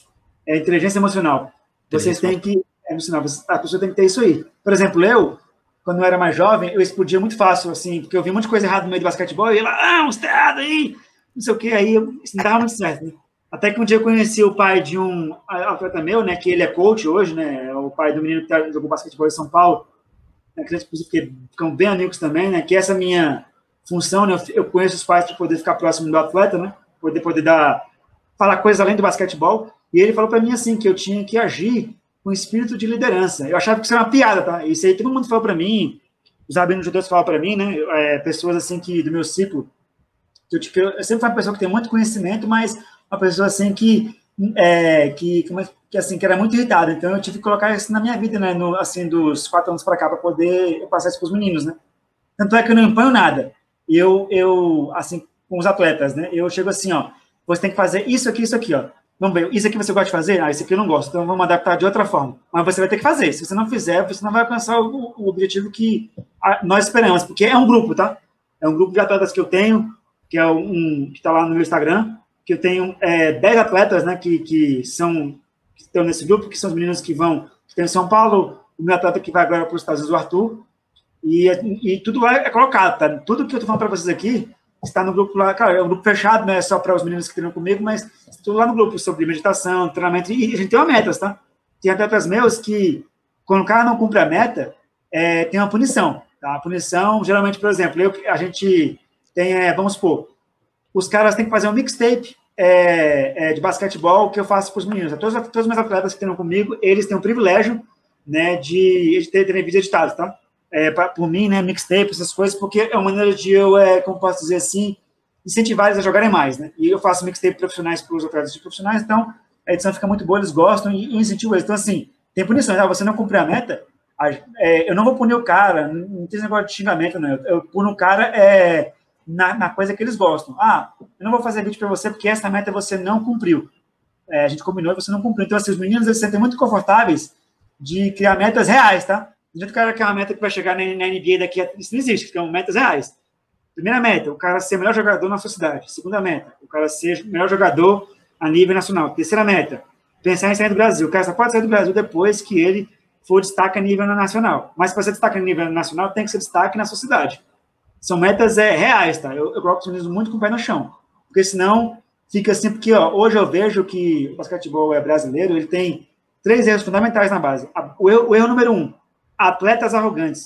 é inteligência emocional. Vocês têm que, é, a pessoa tem que ter isso aí. Por exemplo, eu, quando eu era mais jovem, eu explodia muito fácil, assim, porque eu vi muita coisa errada no meio do basquetebol, e eu ia lá, ah, uns errado aí, não sei o que, aí eu, isso não dava muito certo, né? Até que um dia eu conheci o pai de um atleta meu, né, que ele é coach hoje, né, é o pai do menino que tá, jogou basquetebol em São Paulo, né, que ficam bem amigos também, né, que essa minha função, né, eu conheço os pais para poder ficar próximo do atleta, né, poder poder dar, falar coisas além do basquetebol, e ele falou para mim assim, que eu tinha que agir com espírito de liderança. Eu achava que isso era uma piada, tá? Isso aí todo mundo falou para mim, os rabinos judeus falam para mim, né, é, pessoas assim que, do meu ciclo, que eu, que eu, eu sempre fui uma pessoa que tem muito conhecimento, mas uma pessoa assim que, é, que, que, assim, que era muito irritada, então eu tive que colocar isso na minha vida, né, no, assim, dos quatro anos para cá, para poder eu passar isso para os meninos, né. Tanto é que eu não imponho nada. Eu, eu, assim, com os atletas, né, eu chego assim, ó, você tem que fazer isso aqui, isso aqui, ó. Vamos ver, isso aqui você gosta de fazer? Ah, isso aqui eu não gosto, então vamos adaptar de outra forma. Mas você vai ter que fazer. Se você não fizer, você não vai alcançar o, o objetivo que a, nós esperamos, porque é um grupo, tá? É um grupo de atletas que eu tenho, que é um que está lá no meu Instagram, que eu tenho é, dez atletas, né, que, que são, que estão nesse grupo, que são os meninos que vão, que tem em São Paulo, o meu atleta que vai agora para os Estados Unidos, o Arthur, e, e tudo lá é colocado, tá? Tudo que eu estou falando para vocês aqui está no grupo lá, cara, é um grupo fechado, não é só para os meninos que treinam comigo, mas tudo lá no grupo sobre meditação, treinamento, e a gente tem uma meta, tá? Tem atletas meus que, quando o cara não cumpre a meta, é, tem uma punição, tá? A punição, geralmente, por exemplo, eu, a gente tem, é, vamos supor, os caras têm que fazer um mixtape é, é, de basquetebol que eu faço para os meninos. Todos, todos os meus atletas que treinam comigo, eles têm o privilégio, né, de, de ter, ter vídeos editados, tá? É, pra, por mim, né, mixtape, essas coisas, porque é uma maneira de eu, é, como posso dizer assim, incentivar eles a jogarem mais, né? E eu faço mixtape profissionais para os atletas profissionais, então a edição fica muito boa, eles gostam e eu incentivo eles. Então, assim, tem punição, né? Você não cumprir a meta, a, é, eu não vou punir o cara, não, não tem esse negócio de xingamento, não. Eu, eu puno o cara é, na, na coisa que eles gostam. Ah, eu não vou fazer vídeo para você porque essa meta você não cumpriu. É, a gente combinou e você não cumpriu. Então, assim, os meninos eles se sentem muito confortáveis de criar metas reais, tá? Do jeito que o cara quer uma meta que vai chegar na N B A daqui a... Isso não existe, que são metas reais. Primeira meta, o cara ser o melhor jogador na sua cidade. Segunda meta, o cara ser o melhor jogador a nível nacional. Terceira meta, pensar em sair do Brasil. O cara só pode sair do Brasil depois que ele for destaque a nível nacional. Mas para ser destaque a nível nacional, tem que ser destaque na sua cidade. São metas é, reais, tá? Eu, eu coloco os meninos muito com o pé no chão. Porque senão fica assim, porque ó, hoje eu vejo que o basquetebol é brasileiro, ele tem três erros fundamentais na base. O erro, o erro número um, atletas arrogantes.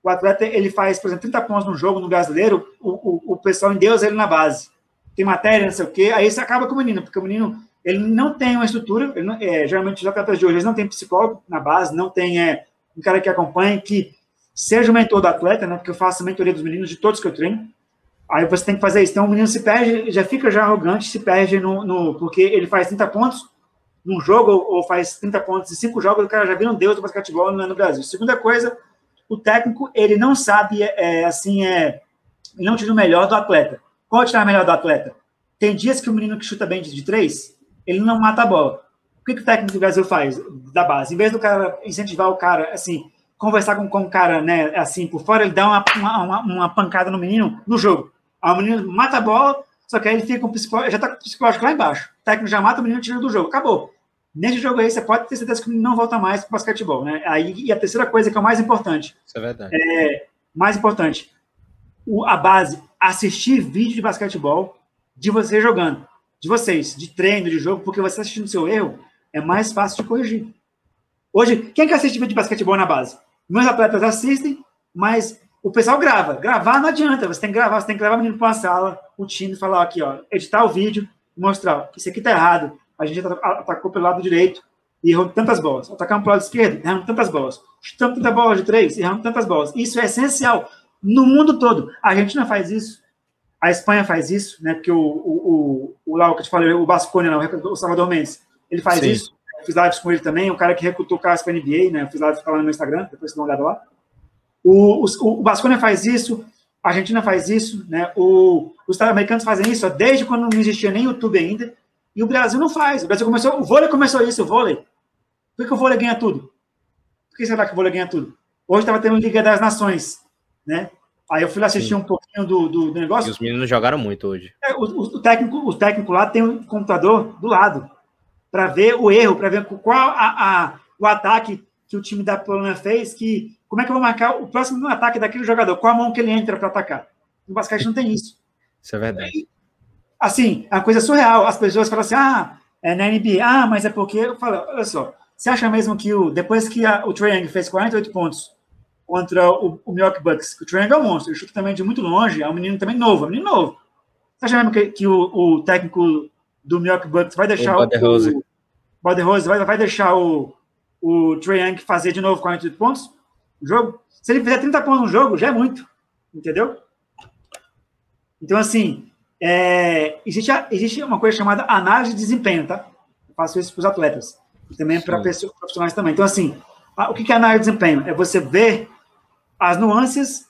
o atleta, ele faz, por exemplo, trinta pontos no jogo, no brasileiro, o, o, o pessoal endeusa ele na base. Tem matéria, não sei o quê, aí isso acaba com o menino, porque o menino, ele não tem uma estrutura, ele não, é, geralmente os atletas de hoje, eles não têm psicólogo na base, não tem é, um cara que acompanhe, que seja o mentor do atleta, né, porque eu faço a mentoria dos meninos, de todos que eu treino, aí você tem que fazer isso. Então o menino se perde, já fica já arrogante, se perde no, no porque ele faz trinta pontos num jogo, ou, ou faz trinta pontos em cinco jogos, o cara já vira um deus do basquetebol no, no Brasil. Segunda coisa, o técnico, ele não sabe, é, assim, é, ele não tira o melhor do atleta. Qual tirar o melhor do atleta? Tem dias que o menino que chuta bem de, de três, ele não mata a bola. O que, que o técnico do Brasil faz da base? Em vez do cara incentivar o cara, assim, conversar com, com o cara, né, assim, por fora, ele dá uma, uma, uma pancada no menino no jogo. Aí o menino mata a bola, só que aí ele fica com o psicológico, já tá com o psicológico lá embaixo. O técnico já mata o menino e tira do jogo. Acabou. Nesse jogo aí, você pode ter certeza que o menino não volta mais para o basquetebol, né? Aí, e a terceira coisa, que é o mais importante. Isso é verdade. É, mais importante, o, a base, assistir vídeo de basquetebol de você jogando. De vocês, de treino, de jogo, porque você assistindo o seu erro, é mais fácil de corrigir. Hoje, quem que assiste vídeo de basquetebol na base? Meus atletas assistem, mas o pessoal grava. Gravar não adianta, você tem que gravar, você tem que levar o menino para uma sala, o time, falar aqui, ó, editar o vídeo, mostrar, ó, isso aqui tá errado, a gente atacou pelo lado direito e errou tantas bolas. Atacamos pelo lado esquerdo, erramos tantas bolas. Chutamos tanta bola de três, erramos tantas bolas. Isso é essencial no mundo todo. A Argentina faz isso, a Espanha faz isso, né? Porque o, o, o, o lá, que eu te falei, o Baskonia, o Salvador Mendes, ele faz Sim. isso. Eu fiz lives com ele também, o cara que recrutou o Carlos para a N B A, né? Eu fiz lives lá no meu Instagram, depois você dá uma olhada lá. O, o, o Baskonia faz isso, a Argentina faz isso, né? O, os Estados americanos fazem isso ó, desde quando não existia nem YouTube ainda. E o Brasil não faz. O Brasil começou, o vôlei começou isso, o vôlei. Por que o vôlei ganha tudo? Por que será que o vôlei ganha tudo? Hoje estava tendo Liga das Nações, né? Aí eu fui lá assistir Sim. um pouquinho do, do, do negócio. E os meninos jogaram muito hoje. É, o, o, o, técnico, o técnico lá tem um computador do lado para ver o erro, para ver qual a, a, o ataque que o time da Polônia fez, que como é que eu vou marcar o próximo ataque daquele jogador, qual a mão que ele entra para atacar. No basquete não tem isso. Isso é verdade. E, assim, é uma coisa surreal. As pessoas falam assim, ah, é na N B A, ah, mas é porque... Eu falo, olha só, você acha mesmo que o, depois que a, o Trae Young fez quarenta e oito pontos contra o, o Milwaukee Bucks, que o Trae Young é um monstro, ele chuta também de muito longe, é um menino também novo, é um menino novo. Você acha mesmo que, que o, o técnico do Milwaukee Bucks vai deixar o... O Budenholzer vai, vai deixar o, o Trae Young fazer de novo quarenta e oito pontos no jogo? Se ele fizer trinta pontos no jogo, já é muito, entendeu? Então, assim... É, existe, existe uma coisa chamada análise de desempenho, tá? Eu faço isso para os atletas, e também para pessoas profissionais também. Então, assim, a, o que é análise de desempenho? É você ver as nuances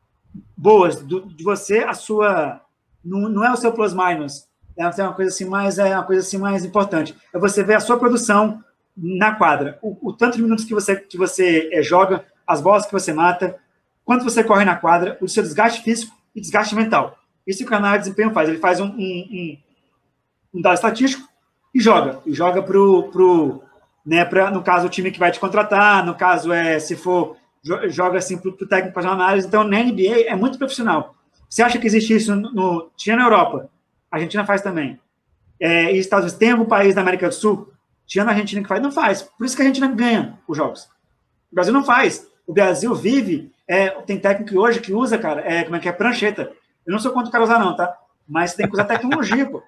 boas do, de você, a sua... Não, não é o seu plus-minus, é uma coisa assim mais, é uma coisa assim mais importante. É você ver a sua produção na quadra, o, o tanto de minutos que você, que você é, joga, as bolas que você mata, quanto você corre na quadra, o seu desgaste físico e desgaste mental. Isso que o canal de desempenho faz. Ele faz um, um, um, um dado estatístico e joga. E joga para o, né, pra, no caso, o time que vai te contratar, no caso, é se for, joga assim para o técnico fazer uma análise. Então, na N B A é muito profissional. Você acha que existe isso no, no tinha na Europa? A Argentina faz também. É, e Estados Unidos tem algum país da América do Sul? Tinha na Argentina que faz? Não faz. Por isso que a Argentina ganha os jogos. O Brasil não faz. O Brasil vive, é, tem técnico hoje que usa, cara, é, como é que é? Prancheta. Eu não sou contra o cara usar, não, tá? Mas tem que usar tecnologia, pô.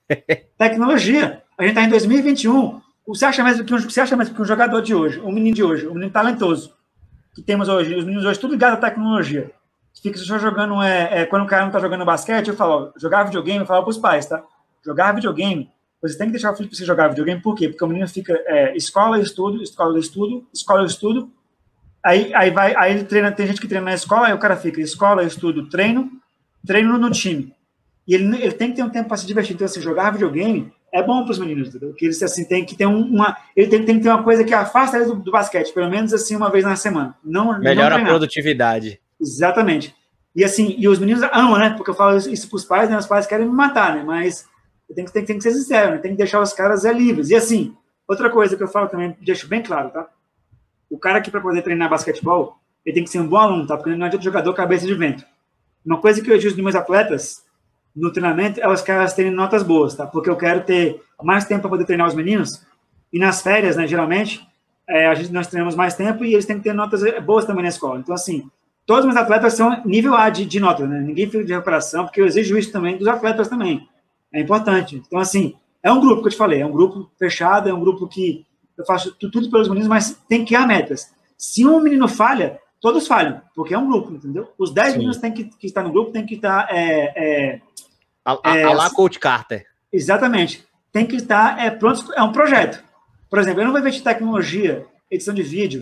Tecnologia. A gente tá em dois mil e vinte e um. Você acha mesmo que um, você acha mesmo que um jogador de hoje, um menino de hoje, um menino talentoso, que temos hoje, os meninos hoje, tudo ligado à tecnologia, fica só jogando, é, é, quando o cara não tá jogando basquete, eu falo, ó, jogar videogame, eu falo pros pais, tá? Jogar videogame, você tem que deixar o filho pra você jogar videogame, por quê? Porque o menino fica é, escola e estudo, escola e estudo, escola e estudo, aí, aí, vai, aí ele treina, tem gente que treina na escola, aí o cara fica escola, estudo, treino, treino no time. E ele, ele tem que ter um tempo para se divertir. Então, assim, jogar videogame é bom para os meninos, entendeu? Que eles, assim, tem que ter uma... Ele tem, tem que ter uma coisa que afasta eles do, do basquete, pelo menos, assim, uma vez na semana. Não, Melhora não a produtividade. Exatamente. E, assim, e os meninos amam, né? Porque eu falo isso para os pais, né? Os pais querem me matar, né? Mas tem que, tem, tem que ser sincero, né? Tem que deixar os caras é, livres. E, assim, outra coisa que eu falo também, deixo bem claro, tá? O cara que, para poder treinar basquetebol, ele tem que ser um bom aluno, tá? Porque não adianta jogador cabeça de vento. Uma coisa que eu digo dos meus atletas no treinamento, elas querem elas terem notas boas, tá? Porque eu quero ter mais tempo para poder treinar os meninos. E nas férias, né, geralmente, é, a gente, nós treinamos mais tempo e eles têm que ter notas boas também na escola. Então, assim, todos os meus atletas são nível A de, de nota, né? Ninguém fica de recuperação, porque eu exijo isso também dos atletas também. É importante. Então, assim, é um grupo que eu te falei, é um grupo fechado, é um grupo que eu faço tudo pelos meninos, mas tem que criar metas. Se um menino falha, todos falham, porque é um grupo, entendeu? Os dez Sim. meninos têm que, que estar no grupo, tem que estar... É, é, a, a, é, a lá Coach Carter. Exatamente. Tem que estar é, pronto, é um projeto. Por exemplo, eu não vou investir em tecnologia, edição de vídeo,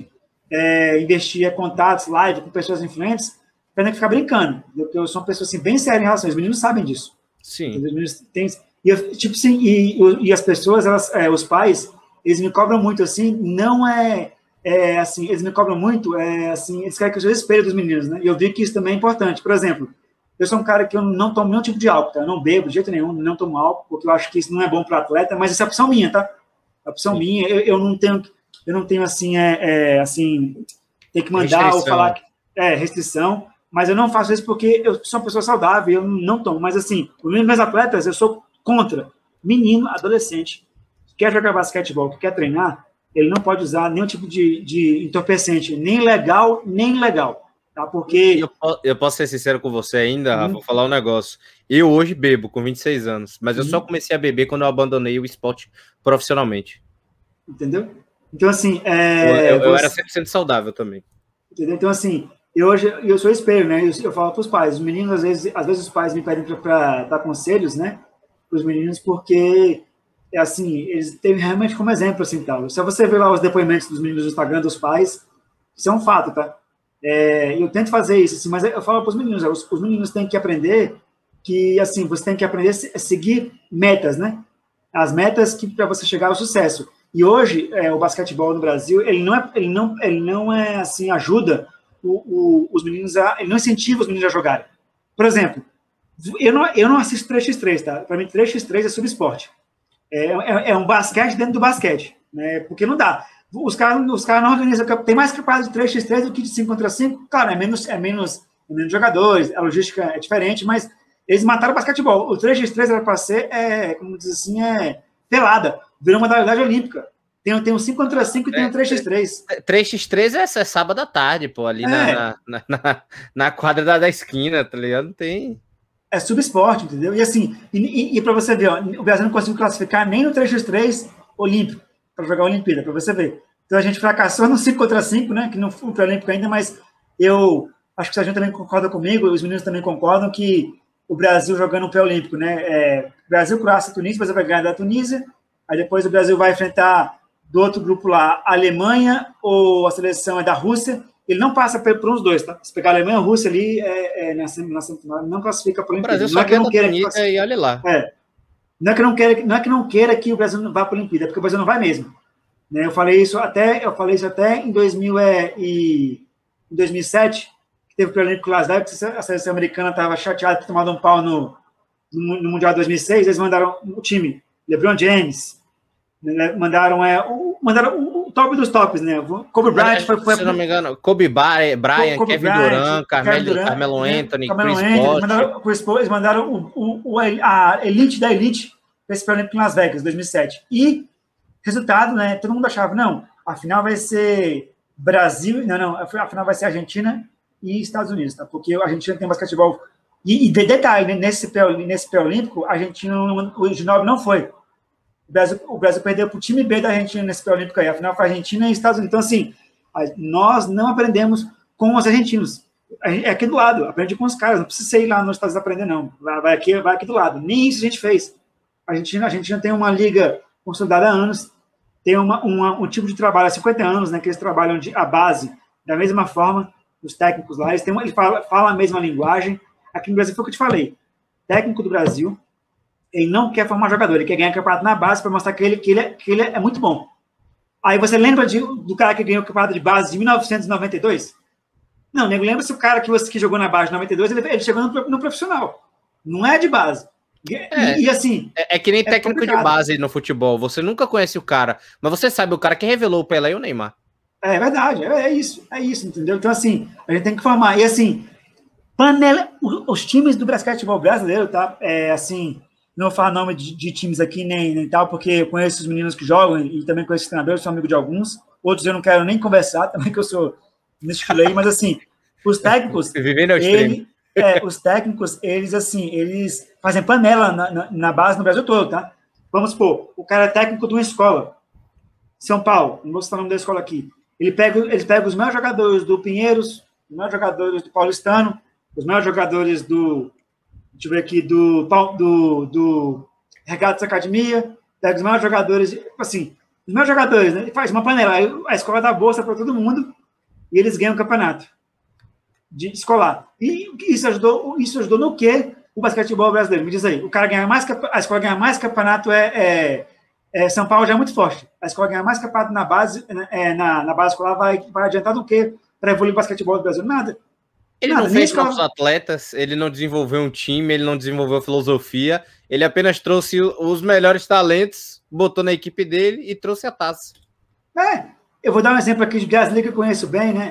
é, investir em contatos, live com pessoas influentes, para não ficar brincando, porque eu sou uma pessoa assim, bem séria em relação, os meninos sabem disso. Sim. Os meninos têm, e, eu, tipo, assim, e, e as pessoas, elas, é, os pais, eles me cobram muito, assim, não é, é assim, eles me cobram muito, é, assim, eles querem que eu respeite dos meninos, né? E eu vi que isso também é importante. Por exemplo, eu sou um cara que eu não tomo nenhum tipo de álcool, tá? Eu não bebo de jeito nenhum, não tomo álcool, porque eu acho que isso não é bom para atleta, mas isso é opção minha, tá? É opção Sim. minha, eu, eu não tenho, eu não tenho, assim, é, é, assim, tem que mandar restrição. Ou falar, que, é, restrição, mas eu não faço isso porque eu sou uma pessoa saudável, eu não tomo, mas assim, os meus atletas, eu sou contra. Menino, adolescente, que quer jogar basquetebol, que quer treinar, ele não pode usar nenhum tipo de, de entorpecente, nem legal, nem ilegal. Tá? Porque... Eu, eu posso ser sincero com você ainda, Rafa, vou falar um negócio. Eu hoje bebo com vinte e seis anos, mas eu uhum. só comecei a beber quando eu abandonei o esporte profissionalmente. Entendeu? Então, assim... É, eu, eu, você... eu era cem por cento saudável também. Entendeu? Então, assim, eu hoje eu sou espelho, né? Eu, eu falo para os pais, os meninos, às vezes, às vezes os pais me pedem para dar conselhos, né? Para os meninos, porque, assim, eles têm realmente como exemplo, assim, tal. Se você ver lá os depoimentos dos meninos no Instagram dos pais, isso é um fato, tá? É, eu tento fazer isso, assim, mas eu falo para os meninos, os, os meninos têm que aprender que, assim, você tem que aprender a seguir metas, né? As metas que para você chegar ao sucesso. E hoje, é, o basquetebol no Brasil, ele não é, ele não, ele não é assim, ajuda o, o, os meninos a, ele não incentiva os meninos a jogarem. Por exemplo, eu não, eu não assisto três por três, tá? Para mim, três por três é subesporte. É, é, é um basquete dentro do basquete, né? Porque não dá. Os caras os cara não organizam, tem mais campeonato de três por três do que de cinco contra cinco. Claro, é menos, é menos, é menos jogadores, a logística é diferente, mas eles mataram o basquetebol. O três por três era para ser, é, como diz assim, é pelada. Virou uma modalidade olímpica. Tem, tem um cinco contra cinco e tem um três por três. três por três é, é sábado à tarde, pô, ali é. na, na, na, na quadra da, da esquina, tá ligado? Tem... É subesporte, entendeu? E assim, e, e, e para você ver, ó, o Brasil não conseguiu classificar nem no três por três olímpico, para jogar a Olimpíada, para você ver. Então a gente fracassou no cinco contra cinco, né, que não foi olímpico ainda, mas eu acho que o Sérgio também concorda comigo, os meninos também concordam que o Brasil jogando o pré-olímpico, né, é, Brasil, Croácia, Tunísia, você vai ganhar da Tunísia, aí depois o Brasil vai enfrentar do outro grupo lá, a Alemanha ou a seleção é da Rússia, ele não passa por uns dois, tá? Se pegar a Alemanha ou a Rússia ali, é, é, nessa, nessa, não classifica para o Olimpíada. Brasil não é que não queira que e olha lá. É, não é que não queira, não é que não queira que o Brasil não vá para a Olimpíada, é porque o Brasil não vai mesmo. Né? Eu falei isso até, eu falei isso até em, dois mil e, em dois mil e sete, que teve o pré-olímpico Glasgow, que a seleção americana estava chateada por ter tomado um pau no, no, no Mundial de dois mil e seis, eles mandaram o time, LeBron James, mandaram, é, o, mandaram o, o top dos tops, né? Kobe Bryant foi, foi... Se não me engano, Kobe Bryant, Kobe Kevin Bryant, Durant, Carmelo, Durant, Carmelo Anthony, Carmelo Chris Anthony, Paul. Mandaram, Chris Paul, eles mandaram o, o, a elite da elite para esse pré-olímpico em Las Vegas, dois mil e sete. E, resultado, né? Todo mundo achava, não, a final vai ser Brasil, não, não, a final vai ser Argentina e Estados Unidos, tá? Porque a Argentina tem basquetebol. E, e de detalhe, né, nesse pré-olímpico, a Argentina, o Ginóbili não foi. O Brasil, o Brasil perdeu para o time B da Argentina nesse pré-olímpico aí. Afinal, foi a Argentina e Estados Unidos. Então, assim, nós não aprendemos com os argentinos. É aqui do lado, aprende com os caras. Não precisa ir lá nos Estados Unidos aprender, não. Vai aqui, vai aqui do lado. Nem isso a gente fez. A Argentina, a Argentina tem uma liga consolidada há anos, tem uma, uma, um tipo de trabalho há cinquenta anos, né, que eles trabalham de, a base da mesma forma, os técnicos lá, eles, têm uma, eles falam, falam a mesma linguagem. Aqui no Brasil foi o que eu te falei. Técnico do Brasil, ele não quer formar jogador, ele quer ganhar campeonato na base para mostrar que ele, que, ele é, que ele é muito bom. Aí você lembra de, do cara que ganhou o campeonato de base de mil novecentos e noventa e dois? Não, nego, lembra-se o cara que, você, que jogou na base de noventa e dois, ele, ele chegou no, no profissional. Não é de base. E, é, e assim... É, é que nem é técnico complicado. De base no futebol. Você nunca conhece o cara, mas você sabe o cara que revelou o Pelé e o Neymar. É verdade, é, é isso, é isso, entendeu? Então, assim, a gente tem que formar. E, assim, panela, os times do basquetebol brasileiro, tá? É, assim... Não vou falar nome de, de times aqui, nem, nem tal, porque eu conheço os meninos que jogam e também conheço os treinadores, sou amigo de alguns. Outros eu não quero nem conversar, também que eu sou nesse estilo aí, mas assim, Os técnicos, Vivendo ao extremo. ele, é, os técnicos, eles assim, eles fazem panela na, na, na base no Brasil todo, tá? Vamos supor, o cara é técnico de uma escola, São Paulo, não vou citar o nome da escola aqui. Ele pega, eles pegam os melhores jogadores do Pinheiros, os melhores jogadores do Paulistano, os melhores jogadores do, deixa eu ver aqui, do, do, do Regatas Academia, pega os melhores jogadores, assim, os melhores jogadores, né? Faz uma panela, aí a escola dá bolsa para todo mundo e eles ganham o campeonato de escolar. E isso ajudou, isso ajudou no quê? O basquetebol brasileiro. Me diz aí, o cara ganha mais, a escola ganha mais campeonato, é, é, é São Paulo já é muito forte. A escola ganha mais campeonato na base, é, na, na base escolar vai, vai adiantar do quê para evoluir o basquetebol do Brasil? Nada. Ele Nada, não fez novos atletas, ele não desenvolveu um time, ele não desenvolveu filosofia, ele apenas trouxe os melhores talentos, botou na equipe dele e trouxe a taça. É, eu vou dar um exemplo aqui de brasileiro que eu conheço bem, né?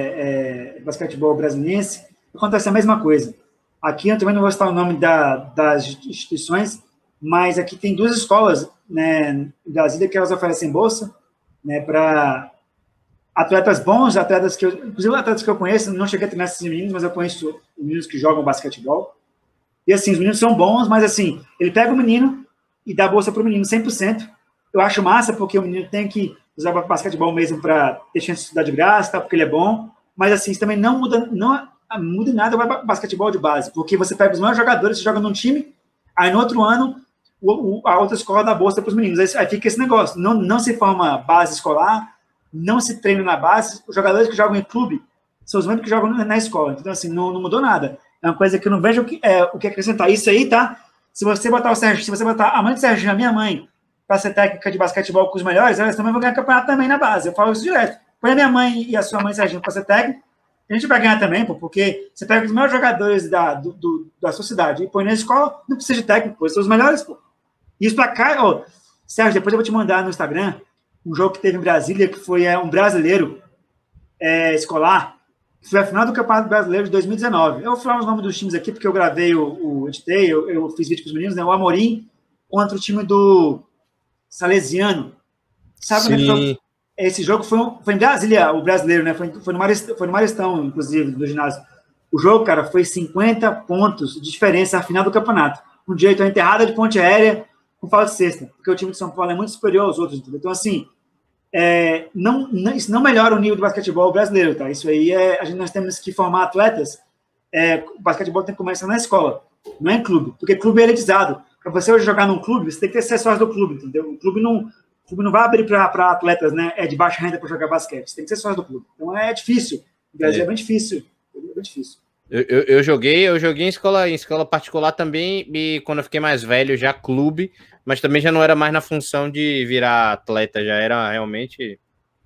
É, é, basquetebol brasiliense. Acontece a mesma coisa. Aqui eu também não vou citar o nome da, das instituições, mas aqui tem duas escolas, né, em Brasília, que elas oferecem bolsa, né, para atletas bons, atletas que eu, inclusive atletas que eu conheço, não cheguei a treinar esses meninos, mas eu conheço meninos que jogam basquetebol. E assim, os meninos são bons, mas assim, ele pega o menino e dá bolsa para o menino cem por cento. Eu acho massa, porque o menino tem que usar basquetebol mesmo para ter chance de estudar de graça, tá, porque ele é bom. Mas assim, isso também não muda, não muda nada o basquetebol de base, porque você pega os melhores jogadores, você joga num time, aí no outro ano o, o, a outra escola dá bolsa para os meninos. Aí, aí fica esse negócio, não, não se forma base escolar, não se treina na base, os jogadores que jogam em clube são os mesmos que jogam na escola. Então, assim, não, não mudou nada. É uma coisa que eu não vejo o que, é, o que acrescentar. Isso aí, tá? Se você botar o Sérgio, se você botar a mãe do Sérgio, a minha mãe, para ser técnica de basquetebol com os melhores, elas também vão ganhar campeonato também na base. Eu falo isso direto. Põe a minha mãe e a sua mãe, Sérgio, para ser técnica, a gente vai ganhar também, pô, porque você pega os melhores jogadores da, do, do, da sua cidade e põe na escola, não precisa de técnico, pô, eles são os melhores, pô. Isso pra cá, ó, Sérgio, depois eu vou te mandar no Instagram um jogo que teve em Brasília, que foi é, um brasileiro é, escolar, que foi a final do Campeonato Brasileiro de dois mil e dezenove. Eu vou falar os nomes dos times aqui, porque eu gravei, o, o editei, eu, eu fiz vídeo com os meninos, né? O Amorim contra o time do Salesiano. Sabe onde foi? Esse jogo foi, foi em Brasília, o brasileiro, né? Foi, foi, no Maristão, foi no Maristão, inclusive, do ginásio. O jogo, cara, foi cinquenta pontos de diferença na final do campeonato. Um direito a enterrada de ponte aérea com falta de cesta, porque o time de São Paulo é muito superior aos outros, entendeu? Então, assim, é, não, não, isso não melhora o nível do basquetebol brasileiro, tá? Isso aí, é, a gente, nós temos que formar atletas, é, o basquetebol tem que começar na escola, não é em clube, porque clube é elitizado. Para você hoje jogar num clube, você tem que ter acessórios do clube, entendeu? O clube não, o clube não vai abrir para atletas, né, é de baixa renda para jogar basquete, você tem que ser sócio do clube. Então, é difícil. O Brasil é, é bem difícil. É bem difícil. Eu, eu, eu joguei, eu joguei em escola, em escola particular também, e quando eu fiquei mais velho, já clube, mas também já não era mais na função de virar atleta, já era realmente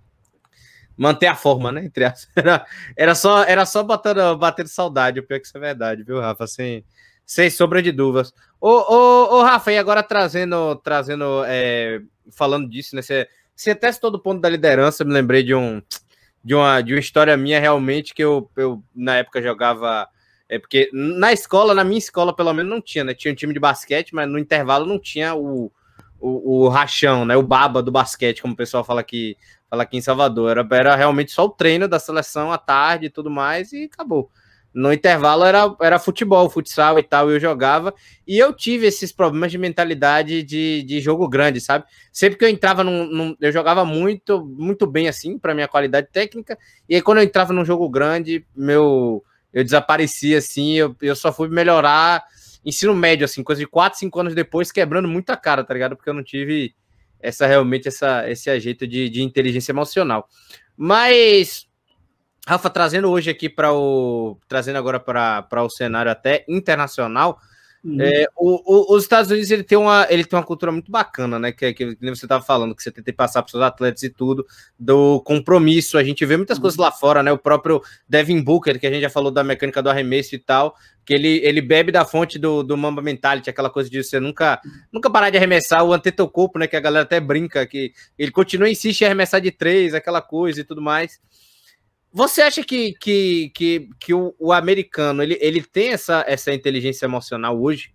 manter a forma, né? Entre as, era, era só, era só batendo, batendo saudade, o pior que isso é verdade, viu, Rafa? Sem, sem sombra de dúvidas. Ô, ô, ô, Rafa, e agora trazendo, trazendo é, falando disso, né? Você, você até citou do ponto da liderança, me lembrei de um. De uma, de uma história minha, realmente, que eu, eu na época jogava... É porque na escola, na minha escola, pelo menos, não tinha, né? Tinha um time de basquete, mas no intervalo não tinha o, o, o rachão, né? O baba do basquete, como o pessoal fala aqui, fala aqui em Salvador. Era, era realmente só o treino da seleção à tarde e tudo mais, e acabou. No intervalo era, era futebol, futsal e tal, eu jogava, e eu tive esses problemas de mentalidade de, de jogo grande, sabe? Sempre que eu entrava num, num eu jogava muito, muito bem assim, para minha qualidade técnica, e aí quando eu entrava num jogo grande, meu, eu desaparecia assim, eu, eu só fui melhorar ensino médio, assim, coisa de quatro, cinco anos depois, quebrando muita cara, tá ligado? Porque eu não tive essa realmente, essa, esse ajeito de, de inteligência emocional. Mas... Rafa, trazendo hoje aqui para o... Trazendo agora para o cenário até internacional, uhum. é, o, o, os Estados Unidos ele tem, uma, ele tem uma cultura muito bacana, né? Que, que, que você estava falando, que você tem que passar para os atletas e tudo, do compromisso. A gente vê muitas uhum. coisas lá fora, né? O próprio Devin Booker, que a gente já falou da mecânica do arremesso e tal, que ele, ele bebe da fonte do, do Mamba Mentality, aquela coisa de você nunca, nunca parar de arremessar. O Antetokounmpo, né? Que a galera até brinca, que ele continua insiste em arremessar de três, aquela coisa e tudo mais. Você acha que, que, que, que o, o americano ele, ele tem essa, essa inteligência emocional hoje?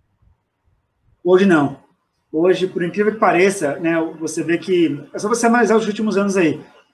Hoje não. Hoje, por incrível que pareça, né, você vê que... É só você analisar os últimos anos aí.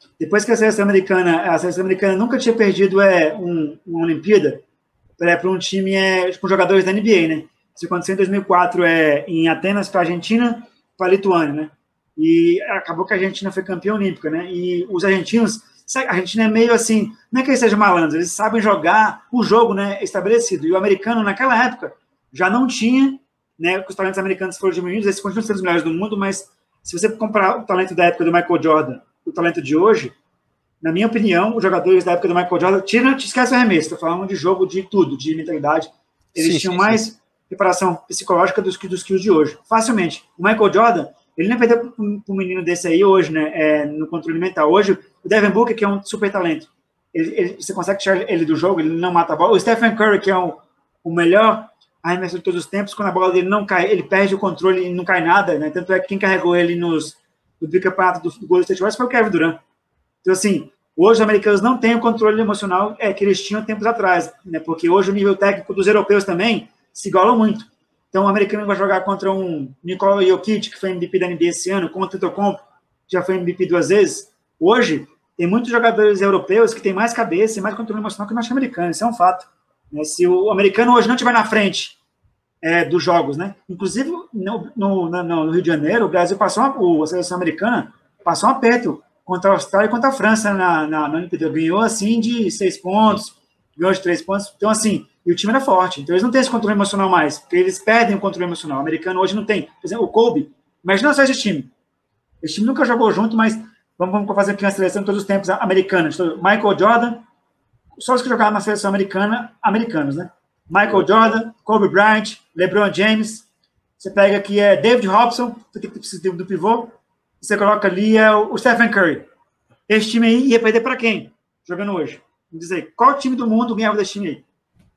Depois que a seleção americana, a seleção americana nunca tinha perdido é, um, uma Olimpíada para um time é, com jogadores da N B A, né? Isso aconteceu em dois mil e quatro é, em Atenas para a Argentina, para a Lituânia, né? E acabou que a Argentina foi campeã olímpica, né? E os argentinos, a Argentina é meio assim, não é que eles sejam malandros, eles sabem jogar o jogo, né, estabelecido. E o americano, naquela época, já não tinha, né? Que os talentos americanos foram diminuídos, eles continuam sendo os melhores do mundo, mas se você comparar o talento da época do Michael Jordan e o talento de hoje, na minha opinião, os jogadores da época do Michael Jordan, tira, esquece o arremesso, estou falando de jogo, de tudo, de mentalidade, eles sim, tinham sim, mais sim. preparação psicológica dos que, dos que os de hoje, facilmente. O Michael Jordan, ele não perdeu para um menino desse aí hoje, né, é, no controle mental. Hoje, o Devin Booker, que é um super talento, ele, ele, você consegue tirar ele do jogo, ele não mata a bola. O Stephen Curry, que é um, o melhor arremessador de todos os tempos, quando a bola dele não cai, ele perde o controle e não cai nada, né, tanto é que quem carregou ele nos, no bicampeonato do, do Golden State Warriors foi o Kevin Durant. Então, assim, hoje os americanos não têm o controle emocional é, que eles tinham tempos atrás, né? Porque hoje o nível técnico dos europeus também se iguala muito. Então, o americano vai jogar contra um Nikola Jokic, que foi M V P da N B A esse ano, contra o Antetokounmpo, que já foi M V P duas vezes. Hoje, tem muitos jogadores europeus que têm mais cabeça e mais controle emocional que o norte-americano. Isso é um fato. Né? Se o americano hoje não estiver na frente é, dos jogos, né? Inclusive, no, no, no, no Rio de Janeiro, o Brasil passou, uma, a seleção americana passou um aperto contra a Austrália e contra a França na, na, na Olimpíada. Ganhou, assim, de seis pontos, ganhou de três pontos. Então, assim, e o time era forte. Então, eles não têm esse controle emocional mais, porque eles perdem o controle emocional. O americano hoje não tem. Por exemplo, o Kobe, imagina só esse time. Esse time nunca jogou junto, mas vamos, vamos fazer aqui uma seleção de todos os tempos americana. Michael Jordan, só os que jogavam na seleção americana, americanos, né? Michael Jordan, Kobe Bryant, LeBron James. Você pega aqui é David Robson, que precisa do pivô. Você coloca ali é o Stephen Curry. Esse time aí ia perder para quem? Jogando hoje. Me diz aí, qual time do mundo ganhava desse time aí?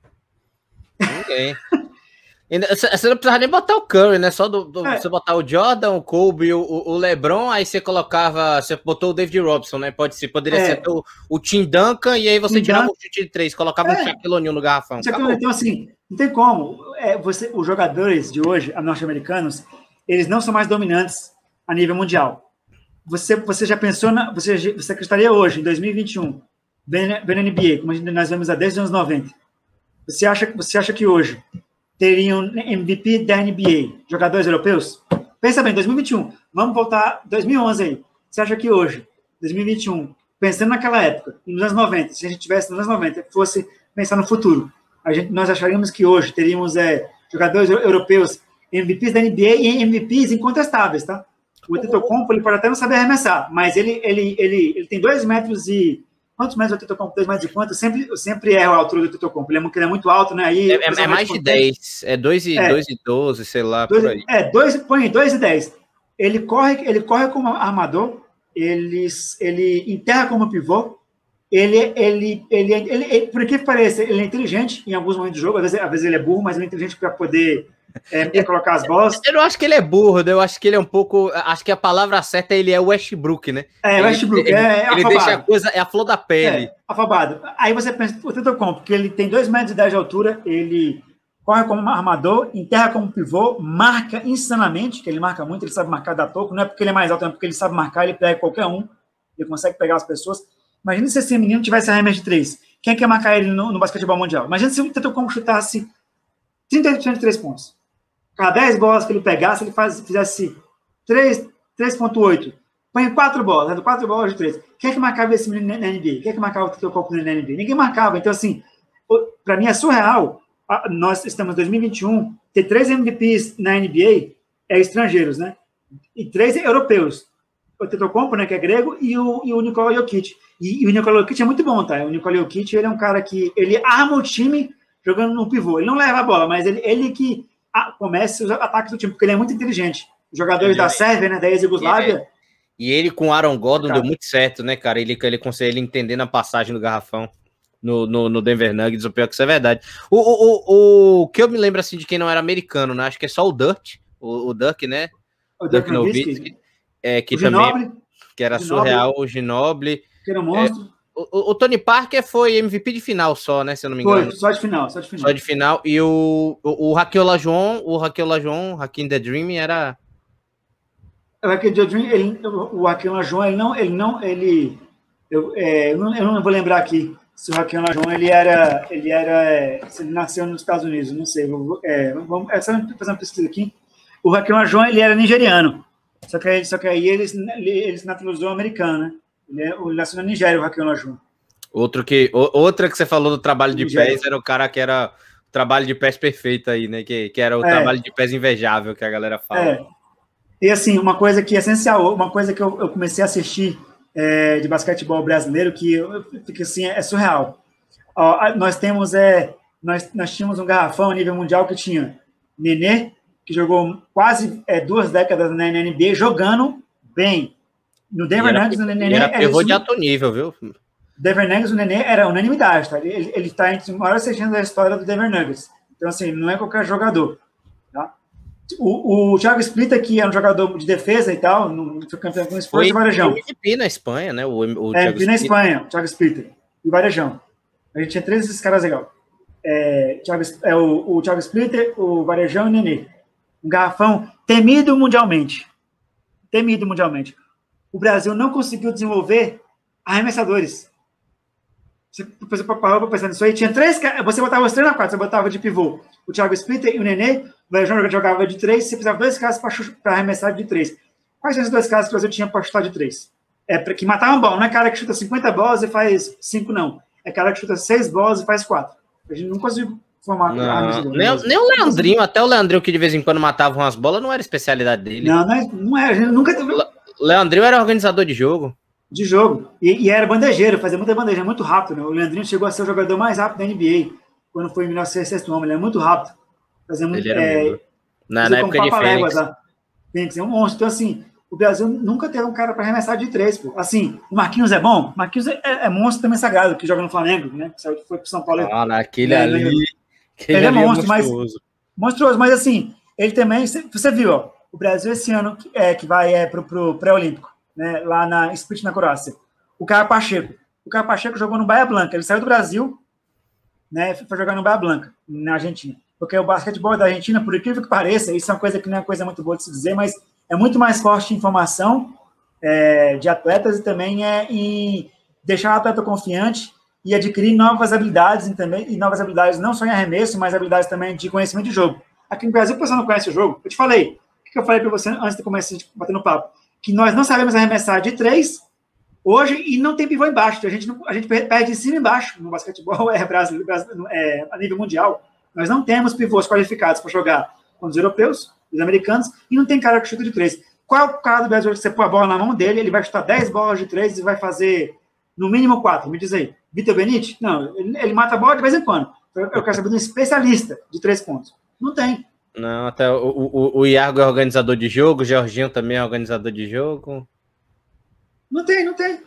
Ninguém. Você não precisava nem botar o Curry, né? Só do, do é. Você botar o Jordan, o Kobe, o, o LeBron, aí você colocava, você botou o David Robson, né? Pode ser, poderia é. ser o, o Tim Duncan, e aí você Tim tirava Duncan. o chute de três, colocava é. o Shaquille O'Neal no garrafão. Então, assim, não tem como. É, você, os jogadores de hoje, norte-americanos, eles não são mais dominantes a nível mundial. Você, você já pensou, na, você, você acreditaria hoje, em dois mil e vinte e um, vendo a N B A, como nós vemos há desde os anos noventa, você acha, você acha que hoje teriam M V P da N B A jogadores europeus? Pensa bem, dois mil e vinte e um, vamos voltar dois mil e onze aí. Você acha que hoje, dois mil e vinte e um, pensando naquela época, nos anos noventa, se a gente tivesse nos anos noventa, fosse pensar no futuro, a gente, nós acharíamos que hoje teríamos é, jogadores europeus M V Ps da N B A e M V Ps incontestáveis, tá? O Antetokounmpo, ele pode até não saber arremessar, mas ele, ele, ele, ele tem dois metros e... Quantos metros o Antetokounmpo? Dois metros e quanto? Eu sempre, eu sempre erro a altura do Antetokounmpo. Ele é, ele é muito alto, né? Aí, é, é, é mais de dez. É dois e doze, sei lá, dois, por aí. É, dois, põe dois e dez. Ele corre, ele corre como armador, ele, ele enterra como pivô, ele, ele, ele, ele, ele, ele por que pareça, ele é inteligente em alguns momentos do jogo, às vezes, às vezes ele é burro, mas ele é inteligente para poder... É, colocar as bolas. Eu não acho que ele é burro, eu acho que ele é um pouco. Acho que a palavra certa ele é o Westbrook, né? É, ele, Westbrook, ele, é, ele deixa a coisa, é a flor da pele. É, afobado. Aí você pensa, o Antetokounmpo, porque ele tem dois metros e dez de altura, ele corre como armador, enterra como pivô, marca insanamente, que ele marca muito, ele sabe marcar da toco, não é porque ele é mais alto, é porque ele sabe marcar, ele pega qualquer um, ele consegue pegar as pessoas. Imagina se esse menino tivesse arremesso de três. Quem quer marcar ele no, no basquetebol mundial? Imagina se o Antetokounmpo chutasse trinta por cento de três pontos. Cada dez bolas que ele pegasse, ele faz, fizesse três vírgula oito. Põe quatro bolas, né? quatro bolas de três. Quem é que marcava esse menino na N B A? Quem é que marcava o Antetokounmpo na N B A? Ninguém marcava. Então, assim, para mim é surreal. Nós estamos em dois mil e vinte e um, ter três M V Ps na N B A é estrangeiros, né? E três europeus. O Antetokounmpo, né, que é grego, e o, e o Nikola Jokic. E, e o Nikola Jokic é muito bom, tá? O Nikola Jokic, ele é um cara que ele arma o time jogando no pivô. Ele não leva a bola, mas ele, ele que comece os ataques do time, porque ele é muito inteligente. Os jogadores ele, da Sérvia, né, da ex-Yugoslávia... É. E ele com o Aaron Gordon cara. deu muito certo, né, cara? Ele, ele conseguiu ele entendendo a passagem do garrafão no, no, no Denver Nuggets, o pior que isso é verdade. O, o, o, o que eu me lembro, assim, de quem não era americano, né? Acho que é só o Dirt, o, o Dirk, né? O Dirk Nowitzki. É, que o também... Ginobili, que era Ginobili, surreal, o Ginobili. Que era um monstro. É, O, o Tony Parker foi M V P de final só, né? Se eu não me engano. Foi, só de final, só de final. Só de final. E o, o, o Hakeem Olajuwon, o Hakeem Olajuwon, Hakeem the Dream era... O Hakeem the Dream, ele, o Hakeem Olajuwon, ele não, ele não, ele... Eu, é, eu, não, eu não vou lembrar aqui se o Raquel Lajon, ele era, ele era, é, se ele nasceu nos Estados Unidos, não sei. Vou, é, vamos, é, só fazer uma pesquisa aqui. O Raquel Lajon, ele era nigeriano. Só que, só que aí eles, eles naturalizou americano, né? Ele, é, ele nasceu na Nigéria, o Raquel Lajon. Outro que, outra que você falou do trabalho de pés era o cara que era o trabalho de pés perfeito aí, né? Que, que era o é. trabalho de pés invejável que a galera fala. É. E assim, uma coisa que é essencial, uma coisa que eu, eu comecei a assistir é, de basquetebol brasileiro, que eu fico assim, é surreal. Ó, nós temos, é, nós, nós tínhamos um garrafão a nível mundial que tinha Nenê, que jogou quase é, duas décadas na N B A, jogando bem. No Denver Nuggets, o Nenê era pivô de alto nível, viu? Denver Nuggets, o Nenê era unanimidade, tá? Ele, ele tá entre os maiores seiscentos da história do Denver Nuggets. Então, assim, não é qualquer jogador, tá? O, o Thiago Splitter, que é um jogador de defesa e tal, no, foi campeão com o Spurs e Varejão. Foi M V P na Espanha, né? O, o é, M V P na Espanha, o Thiago Splitter e o Varejão. A gente tinha três desses caras legais. É, Thiago, é, o, o Thiago Splitter, o Varejão e o Nenê. Um garrafão temido mundialmente. Temido mundialmente. O Brasil não conseguiu desenvolver arremessadores. Você parou para pensar nisso aí, tinha três caras, você botava os três na quadra, você botava de pivô o Thiago Splitter e o Nenê, o Varejão jogava de três, você precisava de dois caras para arremessar de três. Quais são esses dois caras que o Brasil tinha para chutar de três? É para que matar uma bola, não é cara que chuta cinquenta bolas e faz cinco, não. É cara que chuta seis bolas e faz quatro. A gente não conseguiu formar. Não, nem, nem o Leandrinho, até o Leandrinho que de vez em quando matava umas bolas, não era especialidade dele. Não, não é, não era, a gente nunca teve. O Leandrinho era organizador de jogo. De jogo. E, e era bandejeiro, fazia muita bandeja, muito rápido. Né? O Leandrinho chegou a ser o jogador mais rápido da N B A, quando foi em mil novecentos e sessenta e sete, ele é muito rápido. Fazia muito, ele era é, na, na época de Fênix. Tá? Fênix é um monstro. Então, assim, o Brasil nunca teve um cara para arremessar de três. Pô. Assim, o Marquinhos é bom? O Marquinhos é, é monstro também sagrado, que joga no Flamengo, né? Que foi pro São Paulo. Ah, naquele é, ali. Ele é monstro, mas monstruoso. Mas, assim, ele também, você viu, ó, o Brasil esse ano é, que vai é, pro, pro pré-olímpico, né? Lá na Split, na Croácia. O Caio Pacheco. O Caio Pacheco jogou no Bahia Blanca. Ele saiu do Brasil, né? Foi jogar no Bahia Blanca, na Argentina. Porque o basquetebol da Argentina, por incrível que pareça, isso é uma coisa que não é uma coisa muito boa de se dizer, mas é muito mais forte em formação é, de atletas e também é em deixar o atleta confiante e adquirir novas habilidades e, também, e novas habilidades não só em arremesso, mas habilidades também de conhecimento de jogo. Aqui no Brasil, o pessoal não conhece o jogo. Eu te falei. O que eu falei para você antes de começar a bater no papo? Que nós não sabemos arremessar de três hoje, e não tem pivô embaixo. A gente, não, a gente perde de cima e embaixo no basquetebol é, brasileiro, é, a nível mundial. Nós não temos pivôs qualificados para jogar com os europeus, os americanos, e não tem cara que chuta de três. Qual é o cara do Brasil que você põe a bola na mão dele, ele vai chutar dez bolas de três e vai fazer no mínimo quatro? Me diz aí. Vitor Benite? Não, ele, ele mata a bola de vez em quando. Eu, eu quero saber de um especialista de três pontos. Não tem. Não, até o, o, o Iago é organizador de jogo, o Jorginho também é organizador de jogo. Não tem, não tem.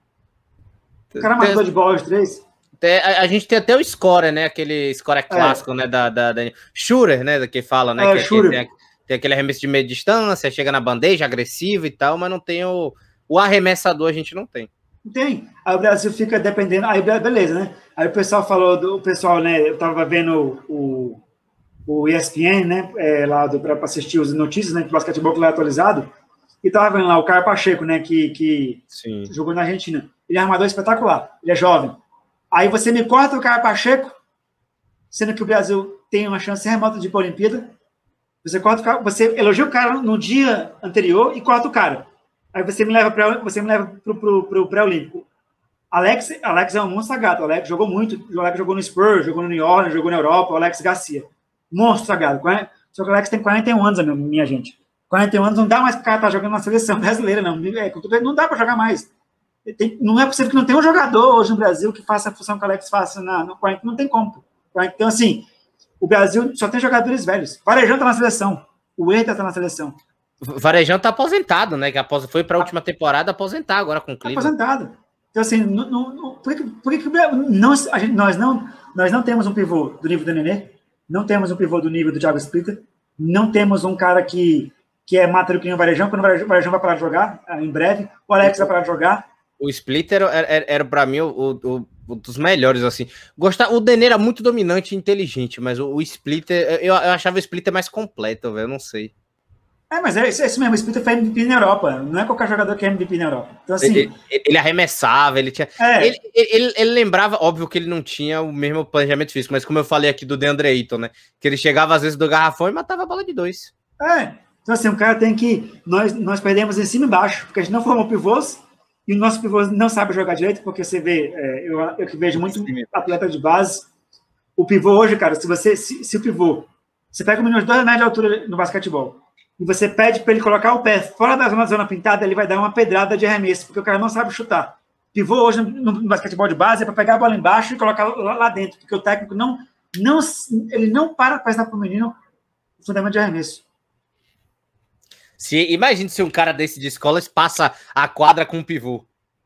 O cara matou de bola de três. A, a gente tem até o scorer, né? Aquele scorer clássico, é. né? Da, da, da... Shooter, né? Que fala, né? É, que, que tem, tem aquele arremesso de meia distância, chega na bandeja, agressivo e tal, mas não tem o, o arremessador, a gente não tem. Não tem. Aí o Brasil fica dependendo. Aí beleza, né? Aí o pessoal falou, do, o pessoal, né? Eu tava vendo o, o E S P N, né? É, lá para assistir as notícias, né? Do basquetebol que lá é atualizado. E tava vendo lá o Caio Pacheco, né? Que, que jogou na Argentina. Ele é um armador espetacular. Ele é jovem. Aí você me corta o Caio Pacheco, sendo que o Brasil tem uma chance remota de ir para a Olimpíada. Você corta o cara, você elogia o cara no dia anterior e corta o cara. Aí você me leva para você me leva pro, pro, pro pré-olímpico. Alex, Alex é um monstro sagrado. Alex jogou muito. O Alex jogou no Spurs, jogou no New Orleans, jogou na Europa. O Alex Garcia, monstro sagrado. Só que o Alex tem quarenta e um anos, minha gente. quarenta e um anos não dá mais para o cara estar jogando na seleção brasileira, não. Não dá para jogar mais. Tem, não é possível que não tenha um jogador hoje no Brasil que faça a função que o Alex faça na, no quarenta, não tem como. Então, assim, o Brasil só tem jogadores velhos. Varejão está na seleção, o Eita está na seleção. Varejão está aposentado, né? Que foi para a última temporada aposentar agora com o Cleveland. Aposentado. Então, assim, no, no, por que, por que não, a gente, nós, não, nós não temos um pivô do nível do Nenê, não temos um pivô do nível do Thiago Splitter, não temos um cara que, que é mata que nem o Varejão, quando o Varejão vai parar de jogar, em breve, o Alex vai parar de jogar. O Splitter era, era, era para mim o, o, o dos melhores, assim. Gostar, o Nenê era muito dominante e inteligente, mas o, o Splitter, eu, eu achava o Splitter mais completo, velho, eu não sei. É, mas é isso, é isso mesmo, o Splitter foi M V P na Europa, não é qualquer jogador que é M V P na Europa. Então, assim... Ele, ele arremessava, ele tinha... É. Ele, ele, ele lembrava, óbvio que ele não tinha o mesmo planejamento físico, mas como eu falei aqui do DeAndre Ayton, né? Que ele chegava às vezes do garrafão e matava a bola de dois. É, então assim, o cara tem que... Nós, nós perdemos em cima e embaixo, porque a gente não formou pivôs, e o nosso pivô não sabe jogar direito, porque você vê, é, eu, eu que vejo muito atleta de base, o pivô hoje, cara, se você, se, se o pivô, você pega um menino de dois metros de altura no basquetebol, e você pede para ele colocar o pé fora da zona, zona pintada, ele vai dar uma pedrada de arremesso, porque o cara não sabe chutar. Pivô hoje no, no basquetebol de base é para pegar a bola embaixo e colocar lá, lá dentro, porque o técnico não, não, ele não para para ensinar para o menino o fundamento de arremesso. Se, imagine se um cara desse de escola passa a quadra com um pivô.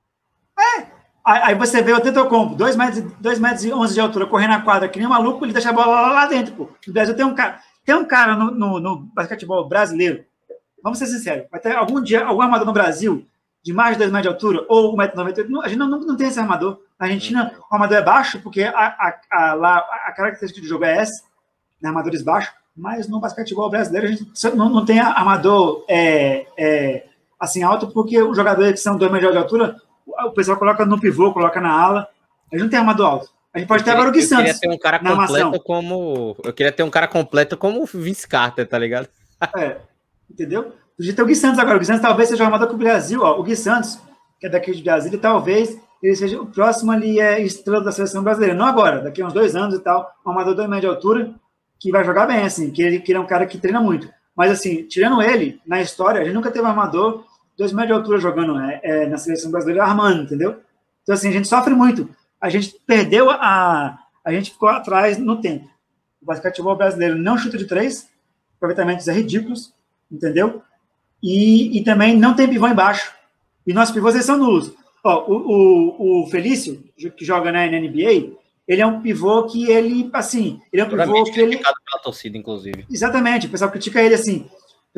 É. Aí você vê o Tetocompo, dois metros e onze de altura, correndo na quadra, que nem um maluco, ele deixa a bola lá, lá dentro. Pô. No Brasil tem um cara, tem um cara no, no, no basquetebol brasileiro, vamos ser sinceros, vai ter algum dia, algum amador no Brasil de mais de dois metros de altura, ou um metro e noventa, a gente não, não, não tem esse armador. Na Argentina, o amador é baixo, porque a, a, a, lá, a característica do jogo é essa, né, armadores baixos, mas no basquetebol brasileiro a gente não, não tem armador é, é, assim alto, porque os jogadores que são dois metros de altura, o pessoal coloca no pivô, coloca na ala, a gente não tem armador alto. A gente pode ter agora o Gui Santos. Eu queria ter um cara completo como. Eu queria ter um cara completo como o Vince Carter, tá ligado? É, entendeu? Podia ter o Gui Santos agora. O Gui Santos talvez seja o armador com o Brasil, ó. O Gui Santos, que é daqui de Brasília, talvez ele seja o próximo ali, é estrela da seleção brasileira. Não agora, daqui a uns dois anos e tal, um armador dois metros de altura, que vai jogar bem, assim, que ele, que ele é um cara que treina muito. Mas, assim, tirando ele, na história, a gente nunca teve um armador dois metros de altura jogando é, é, na seleção brasileira armando, entendeu? Então, assim, a gente sofre muito. A gente perdeu a... A gente ficou atrás no tempo. O basquetebol brasileiro não chuta de três, aproveitamentos é ridículos, entendeu? E, e também não tem pivô embaixo. E nossos pivôs, eles são nulos. Ó, o, o, o Felício, que joga na N B A, ele é um pivô que ele, assim... Ele é um pivô que ele... criticado pela torcida, inclusive. Exatamente. O pessoal critica ele, assim...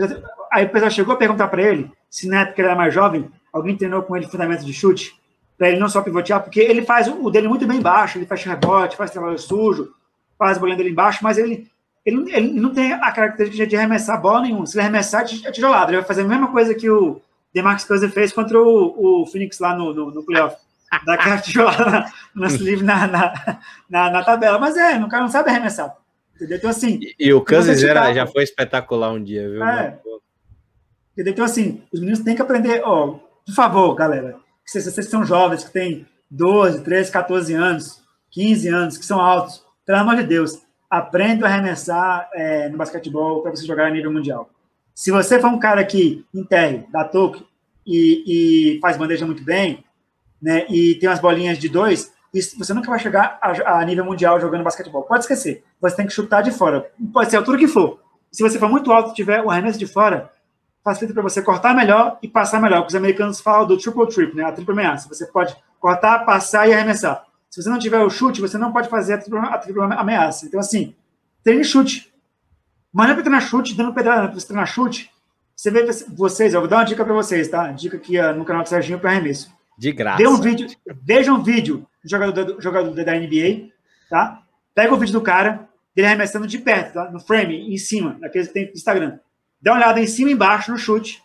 Aí o pessoal chegou a perguntar para ele se na época que ele era mais jovem, alguém treinou com ele fundamentos de chute, para ele não só pivotear, porque ele faz o dele muito bem baixo, ele faz rebote, faz trabalho sujo, faz a bolinha dele embaixo, mas ele, ele, ele não tem a característica de arremessar bola nenhuma. Se ele arremessar, é tijolado. Ele vai fazer a mesma coisa que o DeMarcus Cousins fez contra o, o Phoenix lá no, no, no playoff. Dar aquela tijolada no lance livre na, na, na, na tabela. Mas é, o cara não sabe arremessar. Entendeu? Então, assim... E, e o Cousins já foi espetacular um dia, viu? É. Entendeu? Então, assim, os meninos têm que aprender... Ó, por favor, galera, se vocês são jovens, que têm doze, treze, quatorze anos, quinze anos, que são altos, pelo amor de Deus, aprendam a arremessar é, no basquetebol para você jogar a nível mundial. Se você for um cara que enterre, dá toque e, e faz bandeja muito bem, né, e tem umas bolinhas de dois, isso, você nunca vai chegar a, a nível mundial jogando basquetebol. Pode esquecer. Você tem que chutar de fora. Pode ser a altura que for. Se você for muito alto e tiver o arremesso de fora, facilita para você cortar melhor e passar melhor. Os americanos falam do triple trip, né? A tripla ameaça. Você pode cortar, passar e arremessar. Se você não tiver o chute, você não pode fazer a tripla, a tripla ameaça. Então, assim, treine chute. Mas não é para treinar chute, dando pedrada, não é para você treinar chute. Você vê vocês, eu vou dar uma dica para vocês, tá? Dica aqui no canal do Serginho para arremesso. De graça. Dê um vídeo, veja um vídeo do jogador, jogador da N B A, tá? Pega o vídeo do cara, dele arremessando de perto, tá? No frame, em cima, naquele que tem no Instagram. Dá uma olhada em cima e embaixo no chute.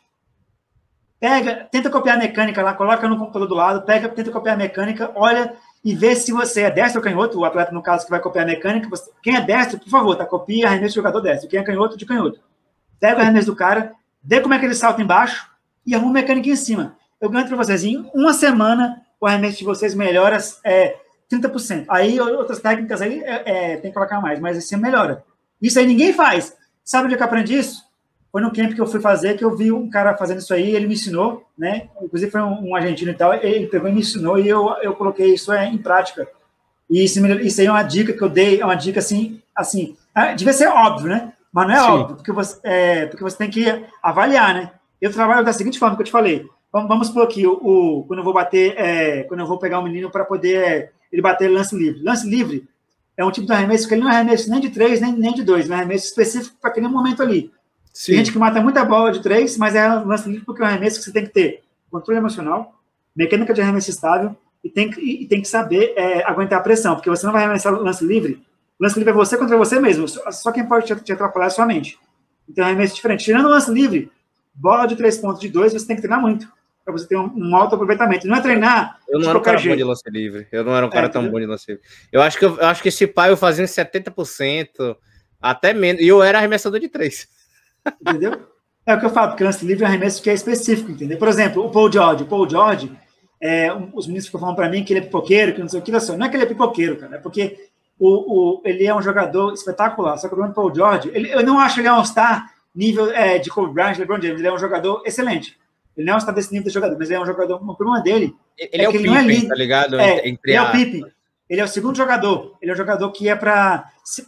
Pega, tenta copiar a mecânica lá, coloca no computador do lado, pega, tenta copiar a mecânica, olha e vê se você é destro ou canhoto, o atleta, no caso, que vai copiar a mecânica. Você, quem é destro, por favor, tá? Copia arremesso do jogador destro. Quem é canhoto, de canhoto. Pega o arremesso do cara, vê como é que ele salta embaixo e arruma mecânica em cima. Eu garanto para vocês, em uma semana, o arremesso de vocês melhora é, trinta por cento. Aí, outras técnicas aí, é, é, tem que colocar mais, mas assim melhora. Isso aí ninguém faz. Sabe onde é que eu aprendi isso? Foi no camp que eu fui fazer, que eu vi um cara fazendo isso aí, ele me ensinou, né? Inclusive foi um, um argentino e tal, ele pegou e me ensinou e eu, eu coloquei isso é, em prática. E isso, isso aí é uma dica que eu dei, é uma dica assim, assim, devia ser óbvio, né? Mas não é Sim. óbvio, porque você, é, porque você tem que avaliar, né? Eu trabalho da seguinte forma que eu te falei. Vamos, vamos supor aqui, o, o, quando eu vou bater, é, quando eu vou pegar um menino para poder é, ele bater lance livre. Lance livre é um tipo de arremesso que ele não é arremesso nem de três, nem, nem de dois, é um arremesso específico para aquele momento ali. Sim. Tem gente que mata muita bola de três, mas é lance livre porque é um arremesso que você tem que ter controle emocional, mecânica de arremesso estável e tem que, e tem que saber é, aguentar a pressão, porque você não vai arremessar lance livre. Lance livre é você contra você mesmo, só quem pode te, te atrapalhar é a sua mente. Então, arremesso diferente. Tirando o lance livre, bola de três pontos de dois, você tem que treinar muito, para você ter um, um alto aproveitamento. Não é treinar Eu não de era um cara jeito. bom de lance livre. Eu não era um cara É, tão entendeu? bom de lance livre. Eu acho que, eu, eu acho que esse pai eu fazia uns setenta por cento, até menos. E eu era arremessador de três. Entendeu? É o que eu falo, porque lance livre é um arremesso que é específico, entendeu? Por exemplo, o Paul George. O Paul George, é, um, os meninos ficam falando para mim que ele é pipoqueiro, que não sei o que. Não é que ele é pipoqueiro, cara, é porque o, o, ele é um jogador espetacular. Só que o problema do Paul George, ele, eu não acho ele é um star nível é, de Kobe Bryant, LeBron James. Ele é um jogador excelente. Ele não é um star desse nível de jogador, mas ele é um jogador. O problema dele Ele é, é o que ele Pippen, não é líder, tá ligado? É, Entre ele a... é o Pippen. Ele é o segundo jogador. Ele é o jogador que é para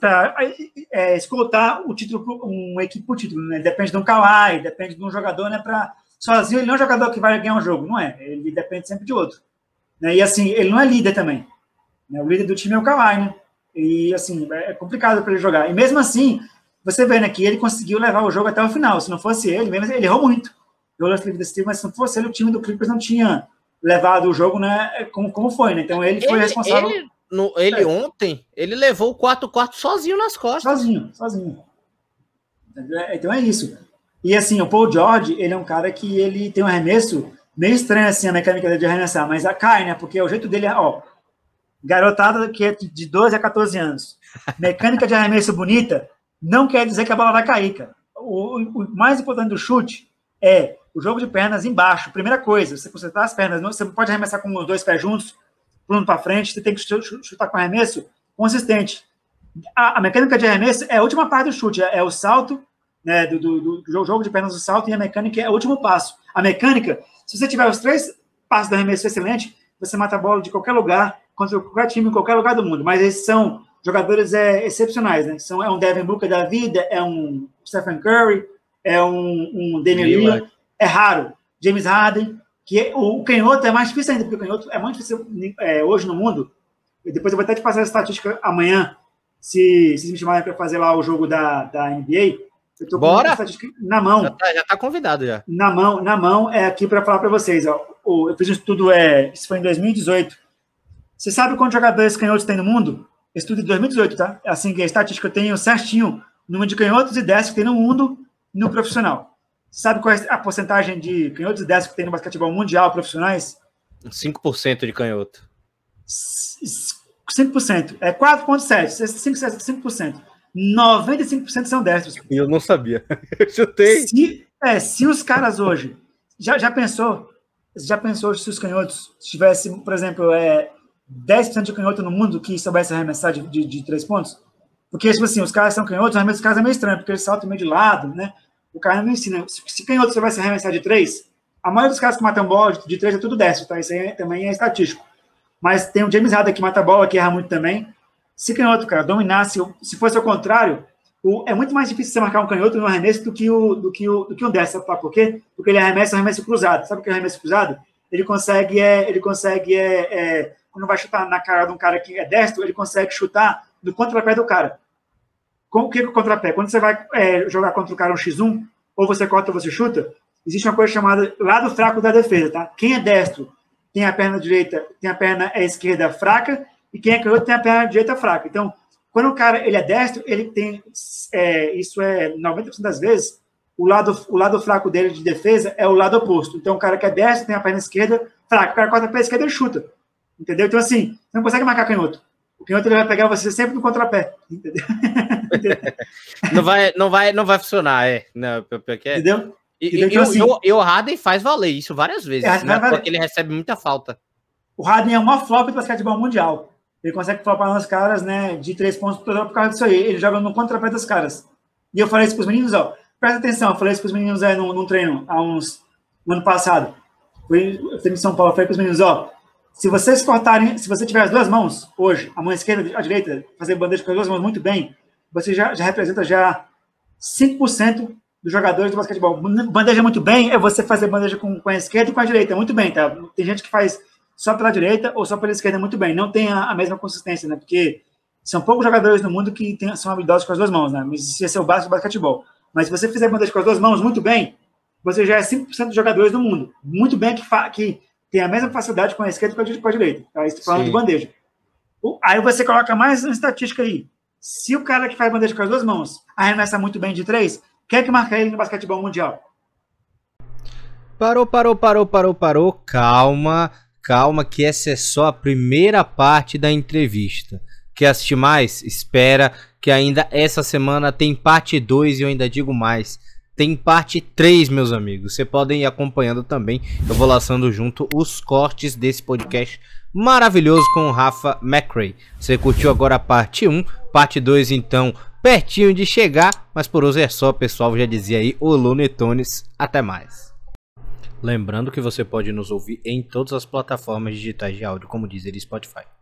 é, escoltar o título, uma equipe por título. Né? Ele depende de um Kawhi, depende de um jogador, né? Pra, sozinho ele não é um jogador que vai ganhar um jogo, não é. Ele depende sempre de outro. Né? E assim, ele não é líder também. Né? O líder do time é o Kawhi, né? E assim, é complicado para ele jogar. E mesmo assim, você vê né, que ele conseguiu levar o jogo até o final. Se não fosse ele, mesmo ele errou muito. Eu lance livre desse time, mas se não fosse ele, o time do Clippers não tinha levado o jogo né, como, como foi, né? Então ele foi ele, responsável. Ele, no, ele é. ontem, ele levou o quarto quarto sozinho nas costas. Sozinho, sozinho. Então é isso. E assim, o Paul George, ele é um cara que ele tem um arremesso meio estranho, assim, a mecânica dele de arremessar, mas a cai, né? Porque o jeito dele é, ó, garotada que é de doze a quatorze anos. Mecânica de arremesso bonita não quer dizer que a bola vai cair, cara. O, o mais importante do chute é o jogo de pernas embaixo. Primeira coisa, você consertar as pernas, você pode arremessar com os dois pés juntos, pulando para frente, você tem que chutar com arremesso consistente. A, a mecânica de arremesso é a última parte do chute, é, é o salto, né, do, do, do jogo de pernas do salto, e a mecânica é o último passo. A mecânica, se você tiver os três passos do arremesso excelente, você mata a bola de qualquer lugar, contra qualquer time, em qualquer lugar do mundo. Mas esses são jogadores é, excepcionais, né? São, é um Devin Booker da vida, é um Stephen Curry, é um, um Damian Lillard. É raro. James Harden, que é, o, o canhoto é mais difícil ainda, porque o canhoto é muito difícil é, hoje no mundo. E depois eu vou até te passar a estatística amanhã, se, se me chamarem para fazer lá o jogo da, da N B A. Eu tô Bora! com a estatística na mão. Já tá, já tá convidado já. Na mão, na mão é aqui para falar para vocês. Ó. O, eu fiz um estudo, é, isso foi em dois mil e dezoito. Você sabe quantos jogadores canhotos tem no mundo? Estudo de dois mil e dezoito, tá? Assim que a estatística eu tenho certinho o número de canhotos e destros que tem no mundo no profissional. Sabe qual é a porcentagem de canhotos e destros que tem no basquetebol mundial profissionais? cinco por cento de canhoto. cinco por cento. É quatro vírgula sete. cinco por cento. noventa e cinco por cento são destros. Eu não sabia. Eu chutei. Se, é, se os caras hoje... Já, já pensou? Já pensou se os canhotos tivessem, por exemplo, é, dez por cento de canhoto no mundo que soubesse arremessar de, de, de três pontos? Porque, tipo assim, os caras são canhotos, o arremesso dos caras é meio estranho, porque eles saltam meio de lado, né? O cara não ensina. Se, se canhoto soubesse arremessar de três, a maioria dos caras que matam bola de, de três é tudo destro, tá? Isso aí é, também é estatístico. Mas tem o James Harden que mata bola, que erra muito também. Se canhoto, cara, dominasse, se fosse ao contrário, o, é muito mais difícil você marcar um canhoto no arremesso do que, o, do que, o, do que um destro, sabe por quê? Porque ele arremessa um arremesso cruzado. Sabe o que é arremesso cruzado? Ele consegue, é, ele consegue é, é, quando vai chutar na cara de um cara que é destro, ele consegue chutar no contrapé do cara. O que é o contrapé? Quando você vai é, jogar contra o cara um xis um, ou você corta ou você chuta, existe uma coisa chamada lado fraco da defesa, tá? Quem é destro tem a perna direita, tem a perna esquerda fraca, e quem é canhoto tem a perna direita fraca. Então, quando o cara ele é destro, ele tem, é, isso é noventa por cento das vezes, o lado, o lado fraco dele de defesa é o lado oposto. Então, o cara que é destro tem a perna esquerda fraca, o cara corta a perna esquerda e chuta. Entendeu? Então, assim, você não consegue marcar canhoto. O canhoto ele vai pegar você sempre no contrapé. Entendeu? Não vai, não vai, não vai funcionar, é. Não, porque... Entendeu? E, então, e, assim, o, e o Harden faz valer isso várias vezes, é, né? valer. Porque ele recebe muita falta. O Harden é o maior flop do basquetebol mundial. Ele consegue flopar nos caras, né, de três pontos por causa disso aí. Ele joga no contrapé dos caras. E eu falei isso pros meninos, ó, presta atenção, eu falei isso pros meninos aí num, num treino, há uns, no ano passado. Fui, eu fui em São Paulo, eu falei pros meninos, ó, se vocês cortarem, se você tiver as duas mãos, hoje, a mão esquerda e a direita, fazer bandeja com as duas mãos muito bem, você já, já representa já cinco por cento dos jogadores do basquetebol. Bandeja muito bem é você fazer bandeja com, com a esquerda e com a direita, muito bem, tá? Tem gente que faz só pela direita ou só pela esquerda muito bem, não tem a, a mesma consistência, né? Porque são poucos jogadores no mundo que tem, são habilidosos com as duas mãos, né? Mas isso ia ser o básico do basquetebol. Mas se você fizer bandeja com as duas mãos muito bem, você já é cinco por cento dos jogadores do mundo, muito bem, que, fa que tem a mesma facilidade com a esquerda e com a direita. Tá? Estou falando Sim. de bandeja. Aí você coloca mais uma estatística aí. Se o cara que faz bandeja com as duas mãos arremessa muito bem de três, Quem é que marca ele no basquetebol mundial? Parou, parou, parou, parou, parou. Calma, calma, que essa é só a primeira parte da entrevista. Quer assistir mais? Espera, que ainda essa semana tem parte dois e eu ainda digo mais. Tem parte três, meus amigos. Vocês podem ir acompanhando também. Eu vou lançando junto os cortes desse podcast maravilhoso com o Rafa McRae. Você curtiu agora a parte um, parte dois então pertinho de chegar. Mas por hoje é só, pessoal. Já dizia aí o Looney Tunes. Até mais. Lembrando que você pode nos ouvir em todas as plataformas digitais de áudio, como Deezer e Spotify.